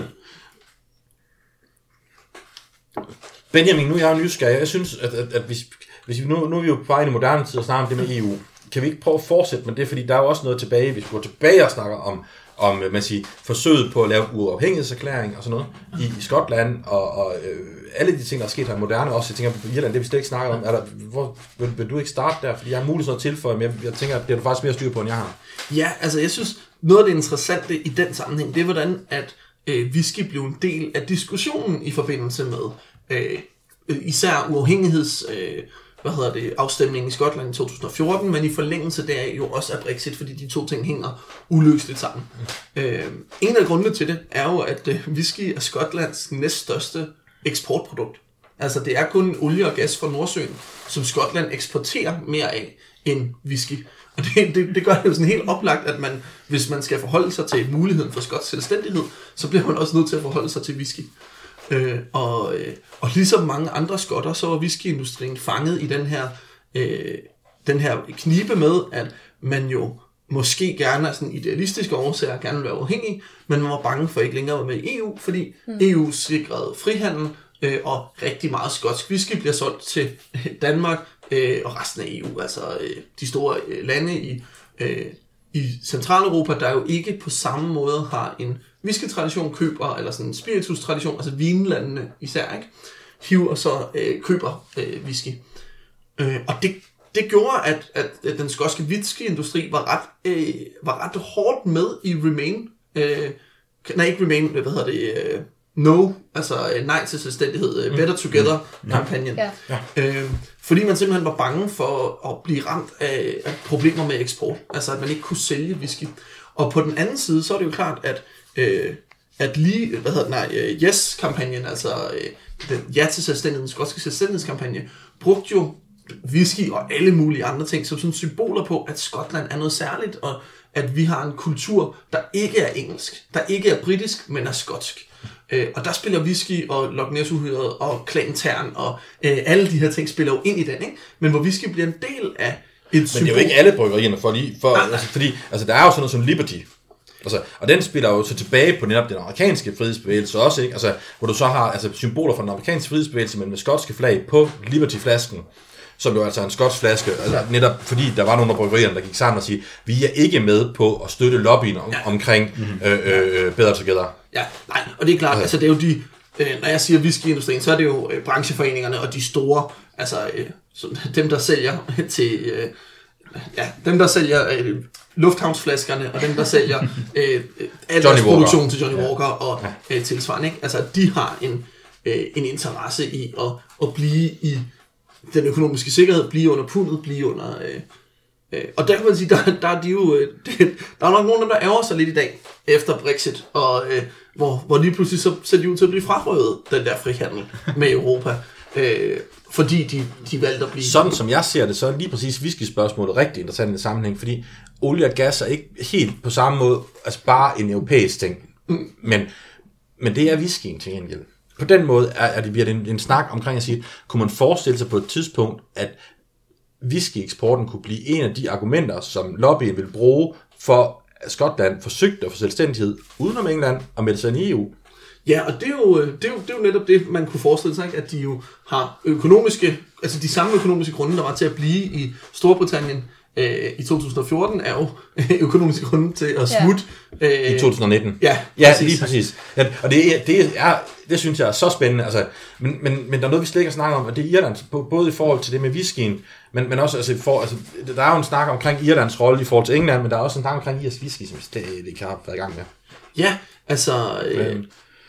Benjamin, nu er jeg jo nysgerrig. Jeg synes, at, at, at hvis, hvis vi, nu, nu er vi jo på vej i moderne tid og snakker om det med E U. Kan vi ikke prøve at fortsætte med det? Fordi der er jo også noget tilbage, hvis vi går tilbage og snakker om om man siger, forsøget på at lave uafhængighedserklæring og sådan noget i, i Skotland, og, og øh, alle de ting, der er sket her i moderne også. Jeg tænker, på Irland, det vi slet ikke snakker om. Er der, hvor, vil, vil du ikke starte der? Fordi jeg har mulighed at tilføje, men jeg, jeg tænker, at det er du faktisk mere styr på, end jeg har. Ja, altså jeg synes, noget af det interessante i den sammenhæng, det er, hvordan at øh, whisky blev en del af diskussionen i forbindelse med øh, især uafhængigheds... Øh, hvad hedder det, afstemningen i Skotland i to tusind og fjorten, men i forlængelse deraf jo også af Brexit, fordi de to ting hænger uløseligt sammen. Mm. Øh, en af grundene til det er jo, at øh, whisky er Skotlands næststørste eksportprodukt. Altså det er kun olie og gas fra Nordsøen, som Skotland eksporterer mere af end whisky. Og det, det, det gør det jo sådan helt oplagt, at man, hvis man skal forholde sig til muligheden for skotsk selvstændighed, så bliver man også nødt til at forholde sig til whisky. Øh, og, øh, og ligesom mange andre skotter, så var whiskyindustrien fanget i den her, øh, den her knibe med, at man jo måske gerne af sådan idealistiske årsager gerne vil være uafhængig, men man var bange for ikke længere at være med i E U, fordi mm. E U sikrede frihandel, øh, og rigtig meget skotsk whisky bliver solgt til Danmark øh, og resten af E U, altså øh, de store øh, lande i, øh, i Centraleuropa, der jo ikke på samme måde har en whisky-tradition, køber, eller sådan en spiritus-tradition, altså vinlandene især, ikke? Hiver så øh, køber øh, whisky. Øh, og det, det gjorde, at, at, at den skotske whisky-industri var ret, øh, var ret hårdt med i Remain. Øh, nej, ikke Remain, hvad hedder det? Øh, no, altså øh, nej til selvstændighed, øh, Better Together-kampagnen. Mm. Ja. Øh, fordi man simpelthen var bange for at blive ramt af, af problemer med eksport. Altså at man ikke kunne sælge whisky. Og på den anden side, så er det jo klart, at Øh, at lige, hvad hedder det, nej, uh, Yes-kampagnen, altså uh, den Ja til selvstændighed, den skotske selvstændighedskampagne, brugte jo whisky og alle mulige andre ting som sådan symboler på, at Skotland er noget særligt, og at vi har en kultur, der ikke er engelsk, der ikke er britisk, men er skotsk. Uh, og der spiller whisky og Loch Ness-uhyret og Clan-Tern og uh, alle de her ting spiller jo ind i den, ikke? Men hvor whisky bliver en del af et symbol. Men det er jo ikke alle bryggerierne, for lige, for, ah, altså, fordi altså, der er jo sådan noget som Liberty. Altså, og den spiller jo så tilbage på netop den amerikanske frihedsbevægelse også, ikke? Altså, hvor du så har altså, symboler fra den amerikanske frihedsbevægelse, men med skotske flag på Liberty-flasken, som jo altså er en skotsk flaske, altså, netop fordi der var nogle af bryggerierne, der gik sammen og sige, vi er ikke med på at støtte lobbyen om, ja. omkring mm-hmm. øh, øh, Better Together. Ja, nej, og det er klart, altså, altså det er jo de, øh, når jeg siger whiskyindustrien, så er det jo øh, brancheforeningerne og de store, altså øh, som, dem der sælger til... Øh, Ja, dem der sælger øh, lufthavnsflaskerne, og dem der sælger øh, al deres produktion til Johnny Walker og øh, tilsvarende, ikke? Altså de har en, øh, en interesse i at, at blive i den økonomiske sikkerhed, blive under pundet, blive under... Øh, øh, og der kan man sige, der, der er de jo... Øh, det, der er nok nogen af dem, der ærger sig lidt i dag, efter Brexit, og øh, hvor, hvor lige pludselig så ser de ud til at blive frarøvet, den der frihandel med Europa. Øh, fordi de, de valgte at blive... Sådan som jeg ser det, så er lige præcis whisky-spørgsmålet rigtig interessant i sammenhæng, fordi olie og gas er ikke helt på samme måde, altså bare en europæisk ting, mm. men, men det er whiskyen til gengæld. På den måde er, er det, bliver det en, en snak omkring at sige, kunne man forestille sig på et tidspunkt, at whisky-eksporten kunne blive en af de argumenter, som lobbyen vil bruge for, at Skotland forsøgte at få selvstændighed udenom England og melde sig ind i E U? Ja, og det er, jo, det, er jo, det er jo netop det, man kunne forestille sig, ikke? At de jo har økonomiske, altså de samme økonomiske grunde, der var til at blive i Storbritannien øh, i to tusind og fjorten, er jo økonomiske grunde til at smutte. Øh, I to tusind og nitten? Ja, ja præcis. Lige præcis. Ja, og det, er, det, er, det synes jeg er så spændende, altså, men, men, men der er noget, vi slet ikke har snakket om, og det er Irland, både i forhold til det med whiskyen, men, men også, altså, for, altså, der er jo en snak omkring Irlands rolle i forhold til England, men der er også en snak omkring Irlands whisky, som vi slet ikke har været i gang med. Ja, altså... Øh,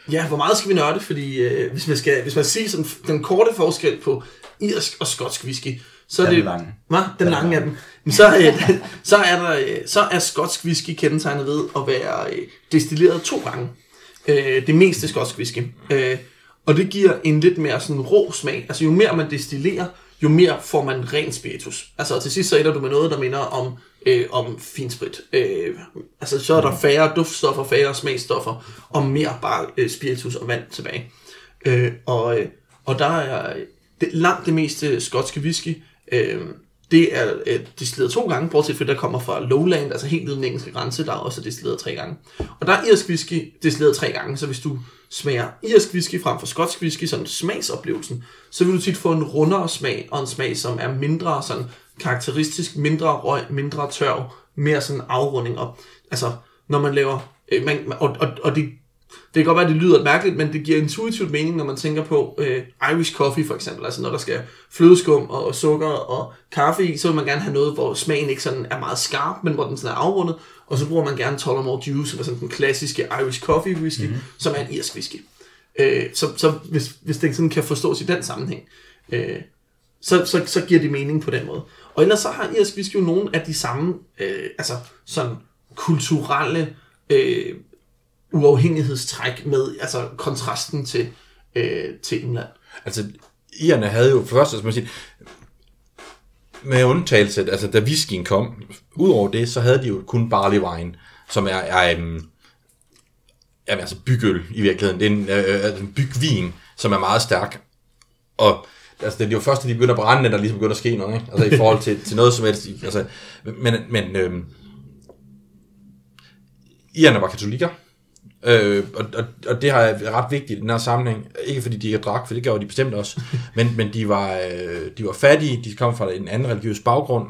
Ja, hvor meget skal vi nørde? Fordi øh, hvis man skal hvis man siger sådan den korte forskel på irsk og skotsk whisky, så er den det lange. Hva? Den, den lange af dem. Men så, øh, så er der øh, så er skotsk whisky kendetegnet ved at være øh, destilleret to gange. Øh, det meste skotsk whisky. Øh, og det giver en lidt mere sådan rå smag. Altså jo mere man destillerer, jo mere får man ren spiritus. Altså til sidst så ender du med noget, der minder om, øh, om finsprit. Øh, altså så er der færre duftstoffer, færre smagstoffer, og mere bare øh, spiritus og vand tilbage. Øh, og, øh, og der er det, langt det meste skotske whisky, øh, det er øh, destilleret to gange, bortset fra det, der kommer fra Lowland, altså helt nede den engelske grænse, der er også destilleret tre gange. Og der er irsk whisky destilleret tre gange, så hvis du smager irsk whisky frem for skotsk whisky, sådan smagsoplevelsen, så vil du tit få en rundere smag, og en smag, som er mindre sådan karakteristisk, mindre røg, mindre tør, mere sådan afrunding op. Altså, når man laver, øh, man, og, og, og det, det kan godt være, at det lyder mærkeligt, men det giver intuitivt mening, når man tænker på øh, Irish coffee for eksempel, altså når der skal flødeskum og sukker og kaffe i, så vil man gerne have noget, hvor smagen ikke sådan er meget skarp, men hvor den sådan er afrundet, og så bruger man gerne Tullamore Dew, som er sådan den klassiske Irish coffee whisky, mm-hmm. som er en irsk whisky. Øh, så så hvis, hvis det sådan kan forstås i den sammenhæng, øh, så, så, så giver det mening på den måde. Og ellers så har irsk whisky jo nogle af de samme, øh, altså sådan kulturelle øh, uafhængighedstræk med, altså kontrasten til, øh, til England. Altså, irerne havde jo først, altså man siger, med undtagelse, altså da whiskyen kom, udover det, så havde de jo kun barley wine, som er, er um, jamen, altså bygøl i virkeligheden. Det er en, øh, en bygvin, som er meget stærk. Og altså, det er jo først, at de begynder at brænde, der ligesom begynder at ske noget, ikke? Altså i forhold til, til noget som helst. Altså, men men øh, irerne var katolikker. Øh, og, og, og det har er ret vigtigt i den her sammenhæng. Ikke fordi de ikke drak, for det gjorde de bestemt også. Men, men de, var, øh, de var fattige, de kom fra en anden religiøs baggrund.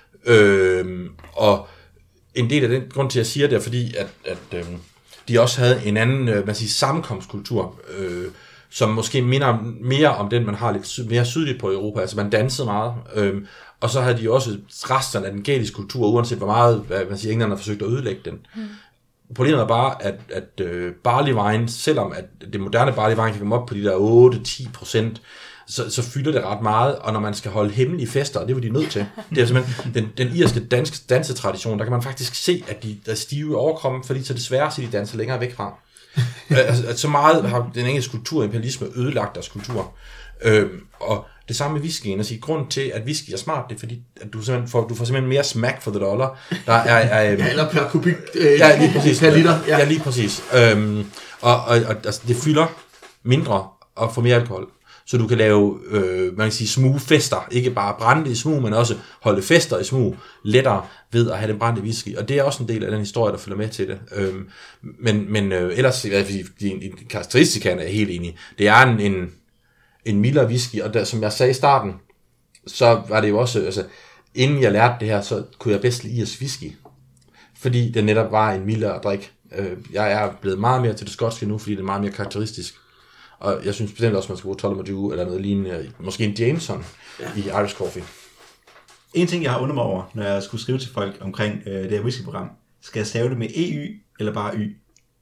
Øh, og en del af den grund til, at jeg siger det, er fordi, at, at øh, de også havde en anden øh, man siger, sammenkomstkultur, øh, som måske minder mere om den, man har lidt sy- mere sydligt på Europa. Altså man dansede meget. Øh, og så havde de også resterne af den gæliske kultur, uanset hvor meget man siger, englænderne har forsøgt at ødelægge den. Mm. Problemet er bare, at, at uh, barley wine, selvom at det moderne barley wine kan komme op på de der otte til ti procent, så, så fylder det ret meget, og når man skal holde hemmelige fester, og det var de nødt til. Det er simpelthen den, den irske danske dansetradition, der kan man faktisk se, at de der er stive i overkroppen, fordi så desværre så de danser længere væk fra. altså, at så meget har den engelske kultur og imperialisme ødelagt deres kultur. Øhm, og det samme med whiskyen, at sige, grund til, at whisky er smart, det er fordi, at du, simpelthen får, du får simpelthen mere smack for the dollar. Der er, er, øhm, ja, eller per kubik, øh, ja, lige præcis. per liter. Ja, ja lige præcis. Øhm, og og, og altså, det fylder mindre og får mere alkohol. Så du kan lave, øh, man kan sige, smooth fester. Ikke bare brænde i smooth, men også holde fester i smooth lettere ved at have den brændte whisky. Og det er også en del af den historie, der følger med til det. Øhm, men men øh, ellers, en karakteristika er jeg helt enig. Det er en, en, en mildere whisky, og der, som jeg sagde i starten, så var det jo også, altså, inden jeg lærte det her, så kunne jeg bedst lide irsk whisky. Fordi det netop var en mildere drik. Øh, jeg er blevet meget mere til det skotske nu, fordi det er meget mere karakteristisk. Og jeg synes bestemt også, man skal bruge Tullamore Dew eller noget lignende, måske en Jameson ja. i Irish Coffee. En ting, jeg har undret mig over, når jeg skulle skrive til folk omkring øh, det her whiskyprogram, skal jeg stave det med E Y eller bare Y?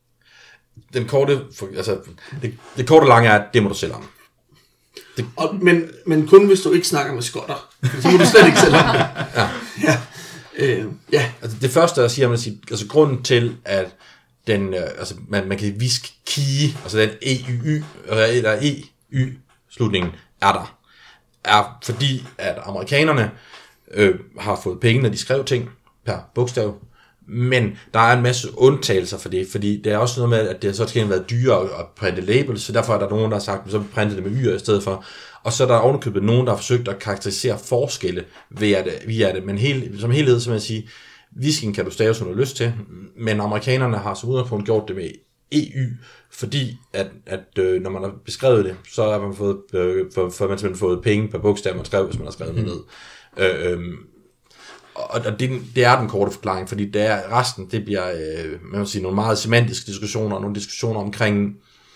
Den korte, altså, det, det korte lange er, det må du selv om. Det... Og, men, men kun hvis du ikke snakker med skotter. Så må du slet ikke selv om det. Ja. Ja. Øh, ja. Altså, det første, jeg siger, man siger, altså grunden til, at den, øh, altså, man, man kan whisky, altså den E Y, eller E Y-slutningen er der, er fordi, at amerikanerne øh, har fået penge, når de skrev ting per bogstav, men der er en masse undtagelser for det, fordi det er også noget med, at det så skal været dyrere at printe labels, så derfor er der nogen, der har sagt, så printe det med Y'er i stedet for, og så er der ovenikøbet nogen, der har forsøgt at karakterisere forskelle ved det, via det, men helt, som helhed, som jeg siger, whiskyen kan du stave, som du har lyst til, men amerikanerne har som udgangspunkt gjort det med E Y, fordi at, at øh, når man har beskrevet det, så har man fået, øh, for, for man simpelthen fået penge per bogstav, man skrev, hvis man har skrevet det ned. Øh, øh, og det, det er den korte forklaring, fordi det er, resten, det bliver øh, man vil sige, nogle meget semantiske diskussioner, nogle diskussioner omkring,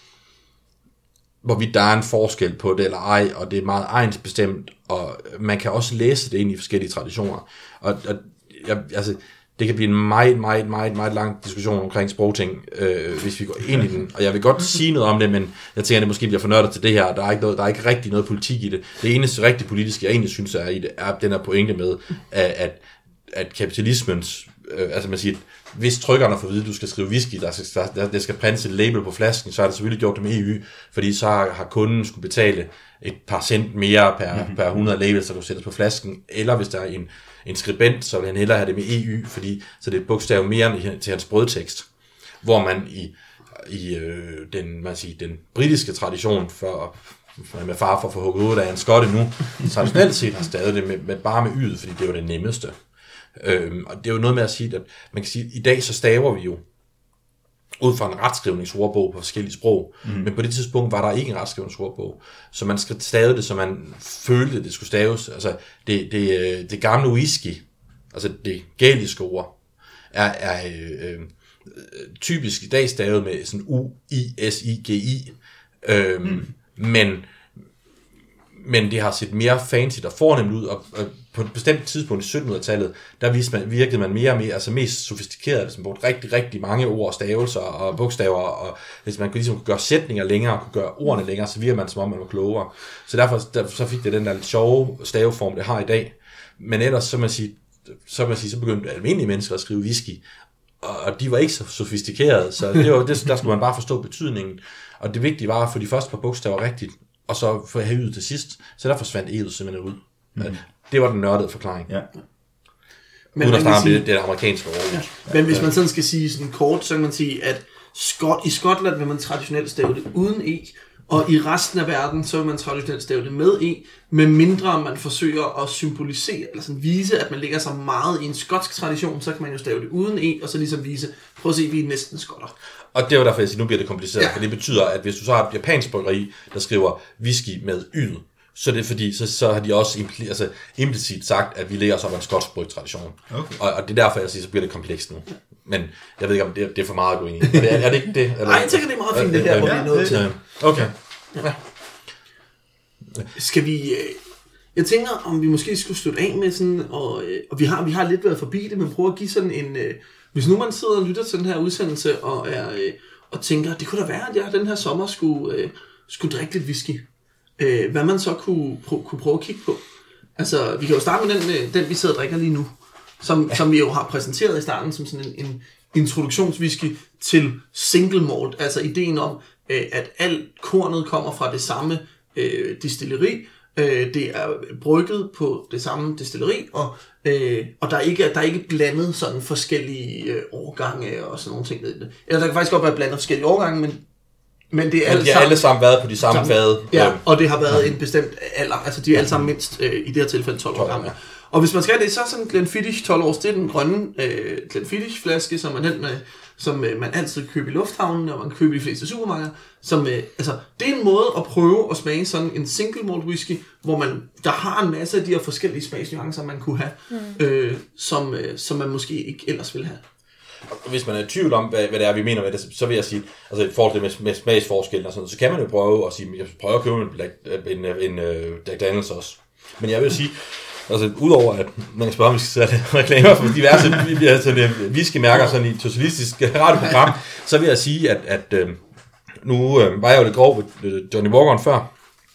hvorvidt der er en forskel på det eller ej, og det er meget egnsbestemt, og man kan også læse det ind i forskellige traditioner. Og, og jeg, altså, det kan blive en meget, meget, meget, meget lang diskussion omkring sprogting, øh, hvis vi går ind i den. Og jeg vil godt sige noget om det, men jeg tænker, at det måske bliver for nørdet til det her. Der er ikke, noget, der er ikke rigtig noget politik i det. Det eneste rigtig politiske, jeg egentlig synes er i det, er den her pointe med, at, at, at kapitalismens, øh, altså man siger, hvis trykkerne får at vide, at du skal skrive whisky, der skal, der, der skal printes et label på flasken, så har det selvfølgelig gjort det med E U, fordi så har, har kunden skulle betale et par cent mere per, mm-hmm. per hundrede labels, der du sætter på flasken, eller hvis der er en, en skribent, så vil han hellere have det med E U, fordi så det er et bogstav mere til hans brødtekst, hvor man i, i øh, den, man siger, den britiske tradition for, for med far for at få hugget ud af en skotte nu, traditionelt set har stadig det med, med, bare med ydet, fordi det er jo det nemmeste. Øhm, og det er jo noget med at sige, at man kan sige, at i dag så staver vi jo ud fra en retskrivningsordbog på forskellige sprog, mm. men på det tidspunkt var der ikke en retskrivningsordbog, så man skal stave det, så man følte, det skulle staves. Altså det, det, det gamle whisky, altså det gæliske ord, er, er øh, typisk i dag stavet med sådan U I S I G I, øhm, mm. men men det har set mere fancy og fornemt ud, og, og på et bestemt tidspunkt i syttenhundredetallet, der viste man, virkede man mere og mere, altså mest sofistikeret, altså man brugte rigtig, rigtig mange ord, stavelser og bogstaver, og hvis man kunne ligesom gøre sætninger længere, og kunne gøre ordene længere, så virkede man som om man var klogere. Så derfor der, så fik det den der lidt sjove staveform, det har i dag. Men ellers, så man sige, så man sige, så begyndte almindelige mennesker at skrive whisky, og de var ikke så sofistikerede, så det var, det, der skulle man bare forstå betydningen. Og det vigtige var at få de første par bogstaver rigtigt, og så få hævet til sidst, så der forsvandt eget simpelthen ud. Mm. Det var den nørdede forklaring. Ja. Men uden at starte med det, det amerikanske ord. Ja. Men hvis man sådan skal sige sådan kort, så kan man sige, at Skot, i Skotland vil man traditionelt stave det uden E, og i resten af verden, så vil man traditionelt stave det med E, med mindre man forsøger at symbolisere, eller sådan vise, at man ligger så meget i en skotsk tradition, så kan man jo stave det uden E, og så ligesom vise, prøv at se, vi er næsten skotter. Og det er jo derfor, jeg siger, nu bliver det kompliceret, ja. For det betyder, at hvis du så har et japansk bryggeri, der skriver whisky med yd, så det er fordi, så, så har de også impl- altså, implicit sagt, at vi ligger så på en skotsk brygtradition. Okay. Og, og det er derfor, jeg siger, så bliver det komplekst nu. Men jeg ved ikke, om det er, det er for meget at gå ind i. Er det, er det ikke det? Eller? Nej, jeg tænker, det er meget fint, det der, hvor vi er nået til. Okay. Ja. Skal vi... Jeg tænker, om vi måske skulle slutte af med sådan, og, og vi, har, vi har lidt været forbi det, men prøve at give sådan en... Hvis nu man sidder og lytter til den her udsendelse, og, er, og tænker, det kunne da være, at jeg den her sommer skulle, skulle drikke lidt whisky. Hvad man så kunne, kunne prøve at kigge på. Altså, vi kan jo starte med den, den vi sidder og drikker lige nu, som, ja. som vi jo har præsenteret i starten som sådan en, en introduktionswhisky til single malt. Altså ideen om, at alt kornet kommer fra det samme øh, distilleri. Øh, det er brygget på det samme distilleri, og, øh, og der, er ikke, der er ikke blandet sådan forskellige øh, årgange og sådan nogle ting. Eller der kan faktisk godt være blandet forskellige årgange, men Men det er alle, de har alle sammen været på de samme fade. Ja, og det har været ja. en bestemt alder. Altså de er alle sammen mindst, øh, i det her tilfælde, tolv år gamle. Og hvis man skal have det, så er sådan en Glenfiddich tolv års, det er den grønne øh, Glenfiddich flaske, som er den, øh, som øh, man altid kan købe i lufthavnen, og man kan købe i de fleste supermarkeder. Som, øh, altså, det er en måde at prøve at smage sådan en single malt whisky, hvor man, der har en masse af de her forskellige smagsnuancer, man kunne have, mm. øh, som, øh, som man måske ikke ellers ville have. Og hvis man er i tvivl om, hvad, hvad det er, vi mener med det, så vil jeg sige, altså i forhold til med, med smagsforskellen og sådan noget, så kan man jo prøve at sige, jeg prøver at købe en, Black, en, en, en uh, Jack Daniels også. Men jeg vil sige, altså udover at man kan spørge, om vi skal sætte reklamer for diverse altså, whiskymærker sådan i et socialistisk radioprogram, så vil jeg sige, at, at uh, nu uh, var jeg jo lidt grov ved Johnny Walkeren før.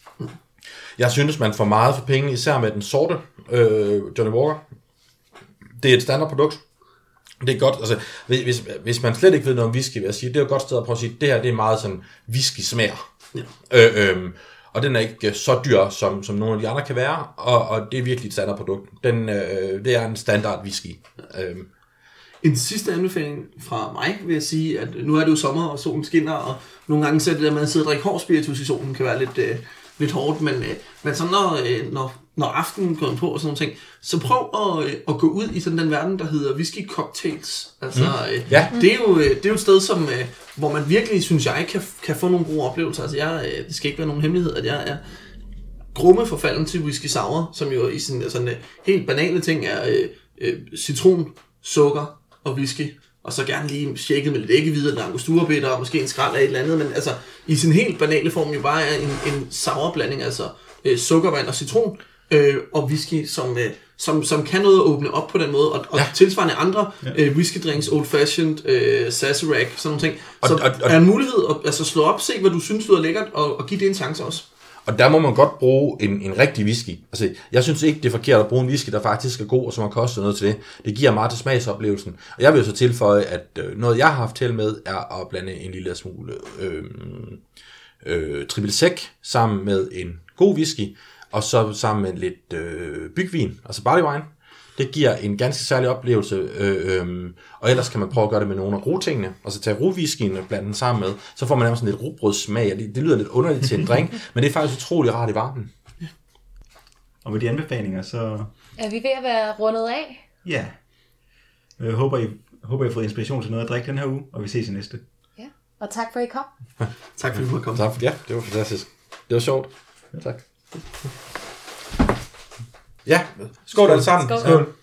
Jeg synes, man får meget for penge, især med den sorte uh, Johnny Walker. Det er et standardprodukt. Det er godt, altså, hvis, hvis man slet ikke ved noget om whisky, vil jeg sige, det er jo et godt sted at prøve at sige, det her, det er meget sådan whisky-smager. Ja. Øh, øh, og den er ikke så dyr, som, som nogle af de andre kan være, og, og det er virkelig et standardprodukt. Den, øh, det er en standard whisky. Øh. En sidste anbefaling fra mig vil jeg sige, at nu er det jo sommer, og solen skinner, og nogle gange så er det der, man sidder og drikker hård spiritus i solen, kan være lidt, øh, lidt hårdt, men, øh, men så når, øh, når når aftenen går på og sådan nogle ting, så prøv at, at gå ud i sådan den verden, der hedder whisky cocktails. Altså, mm. ja. det, er jo, det er jo et sted, som, hvor man virkelig, synes jeg, kan, kan få nogle gode oplevelser. Altså, jeg, det skal ikke være nogen hemmelighed, at jeg er grumme forfalden til whisky sour, som jo i sådan, sådan helt banale ting er øh, øh, citron, sukker og whisky, og så gerne lige shaket med lidt æggehvide eller angostura-bitter, og måske en skrald af et eller andet, men altså i sin helt banale form jo bare er en, en sour blanding, altså øh, sukkervand og citron, Øh, og whisky, som, øh, som, som kan noget at åbne op på den måde, og, og ja. tilsvarende andre ja. øh, whiskydrinks, old fashioned, øh, Sazerac, sådan nogle ting. Så og, og, og, er en mulighed at altså, slå op, se hvad du synes lyder lækkert, og, og give det en chance også. Og der må man godt bruge en, en rigtig whisky. Altså, jeg synes ikke, det er forkert at bruge en whisky, der faktisk er god, og som har kostet noget til det. Det giver meget til smagsoplevelsen. Og jeg vil så tilføje, at øh, noget, jeg har haft til med, er at blande en lille smule øh, øh, triple sec sammen med en god whisky, og så sammen med lidt øh, bygvin, altså barley wine. Det giver en ganske særlig oplevelse, øh, øh, og ellers kan man prøve at gøre det med nogle af rotingene, og så tage rovhiskyen og blande den sammen med, så får man nærmest sådan lidt rugbrødssmag, og det, det lyder lidt underligt til en drink, men det er faktisk utrolig rart i varmen. Ja. Og med de anbefalinger, så... Er vi ved at være rundet af? Ja. Jeg håber, I, håber, I har fået inspiration til noget at drikke den her uge, og vi ses i næste. Ja, og tak for, at I kom. Tak for, at I måtte komme. Tak for, ja, det var fantastisk. Det var sjovt. Ja, tak. Ja, skål alle sammen. Skål. Skål.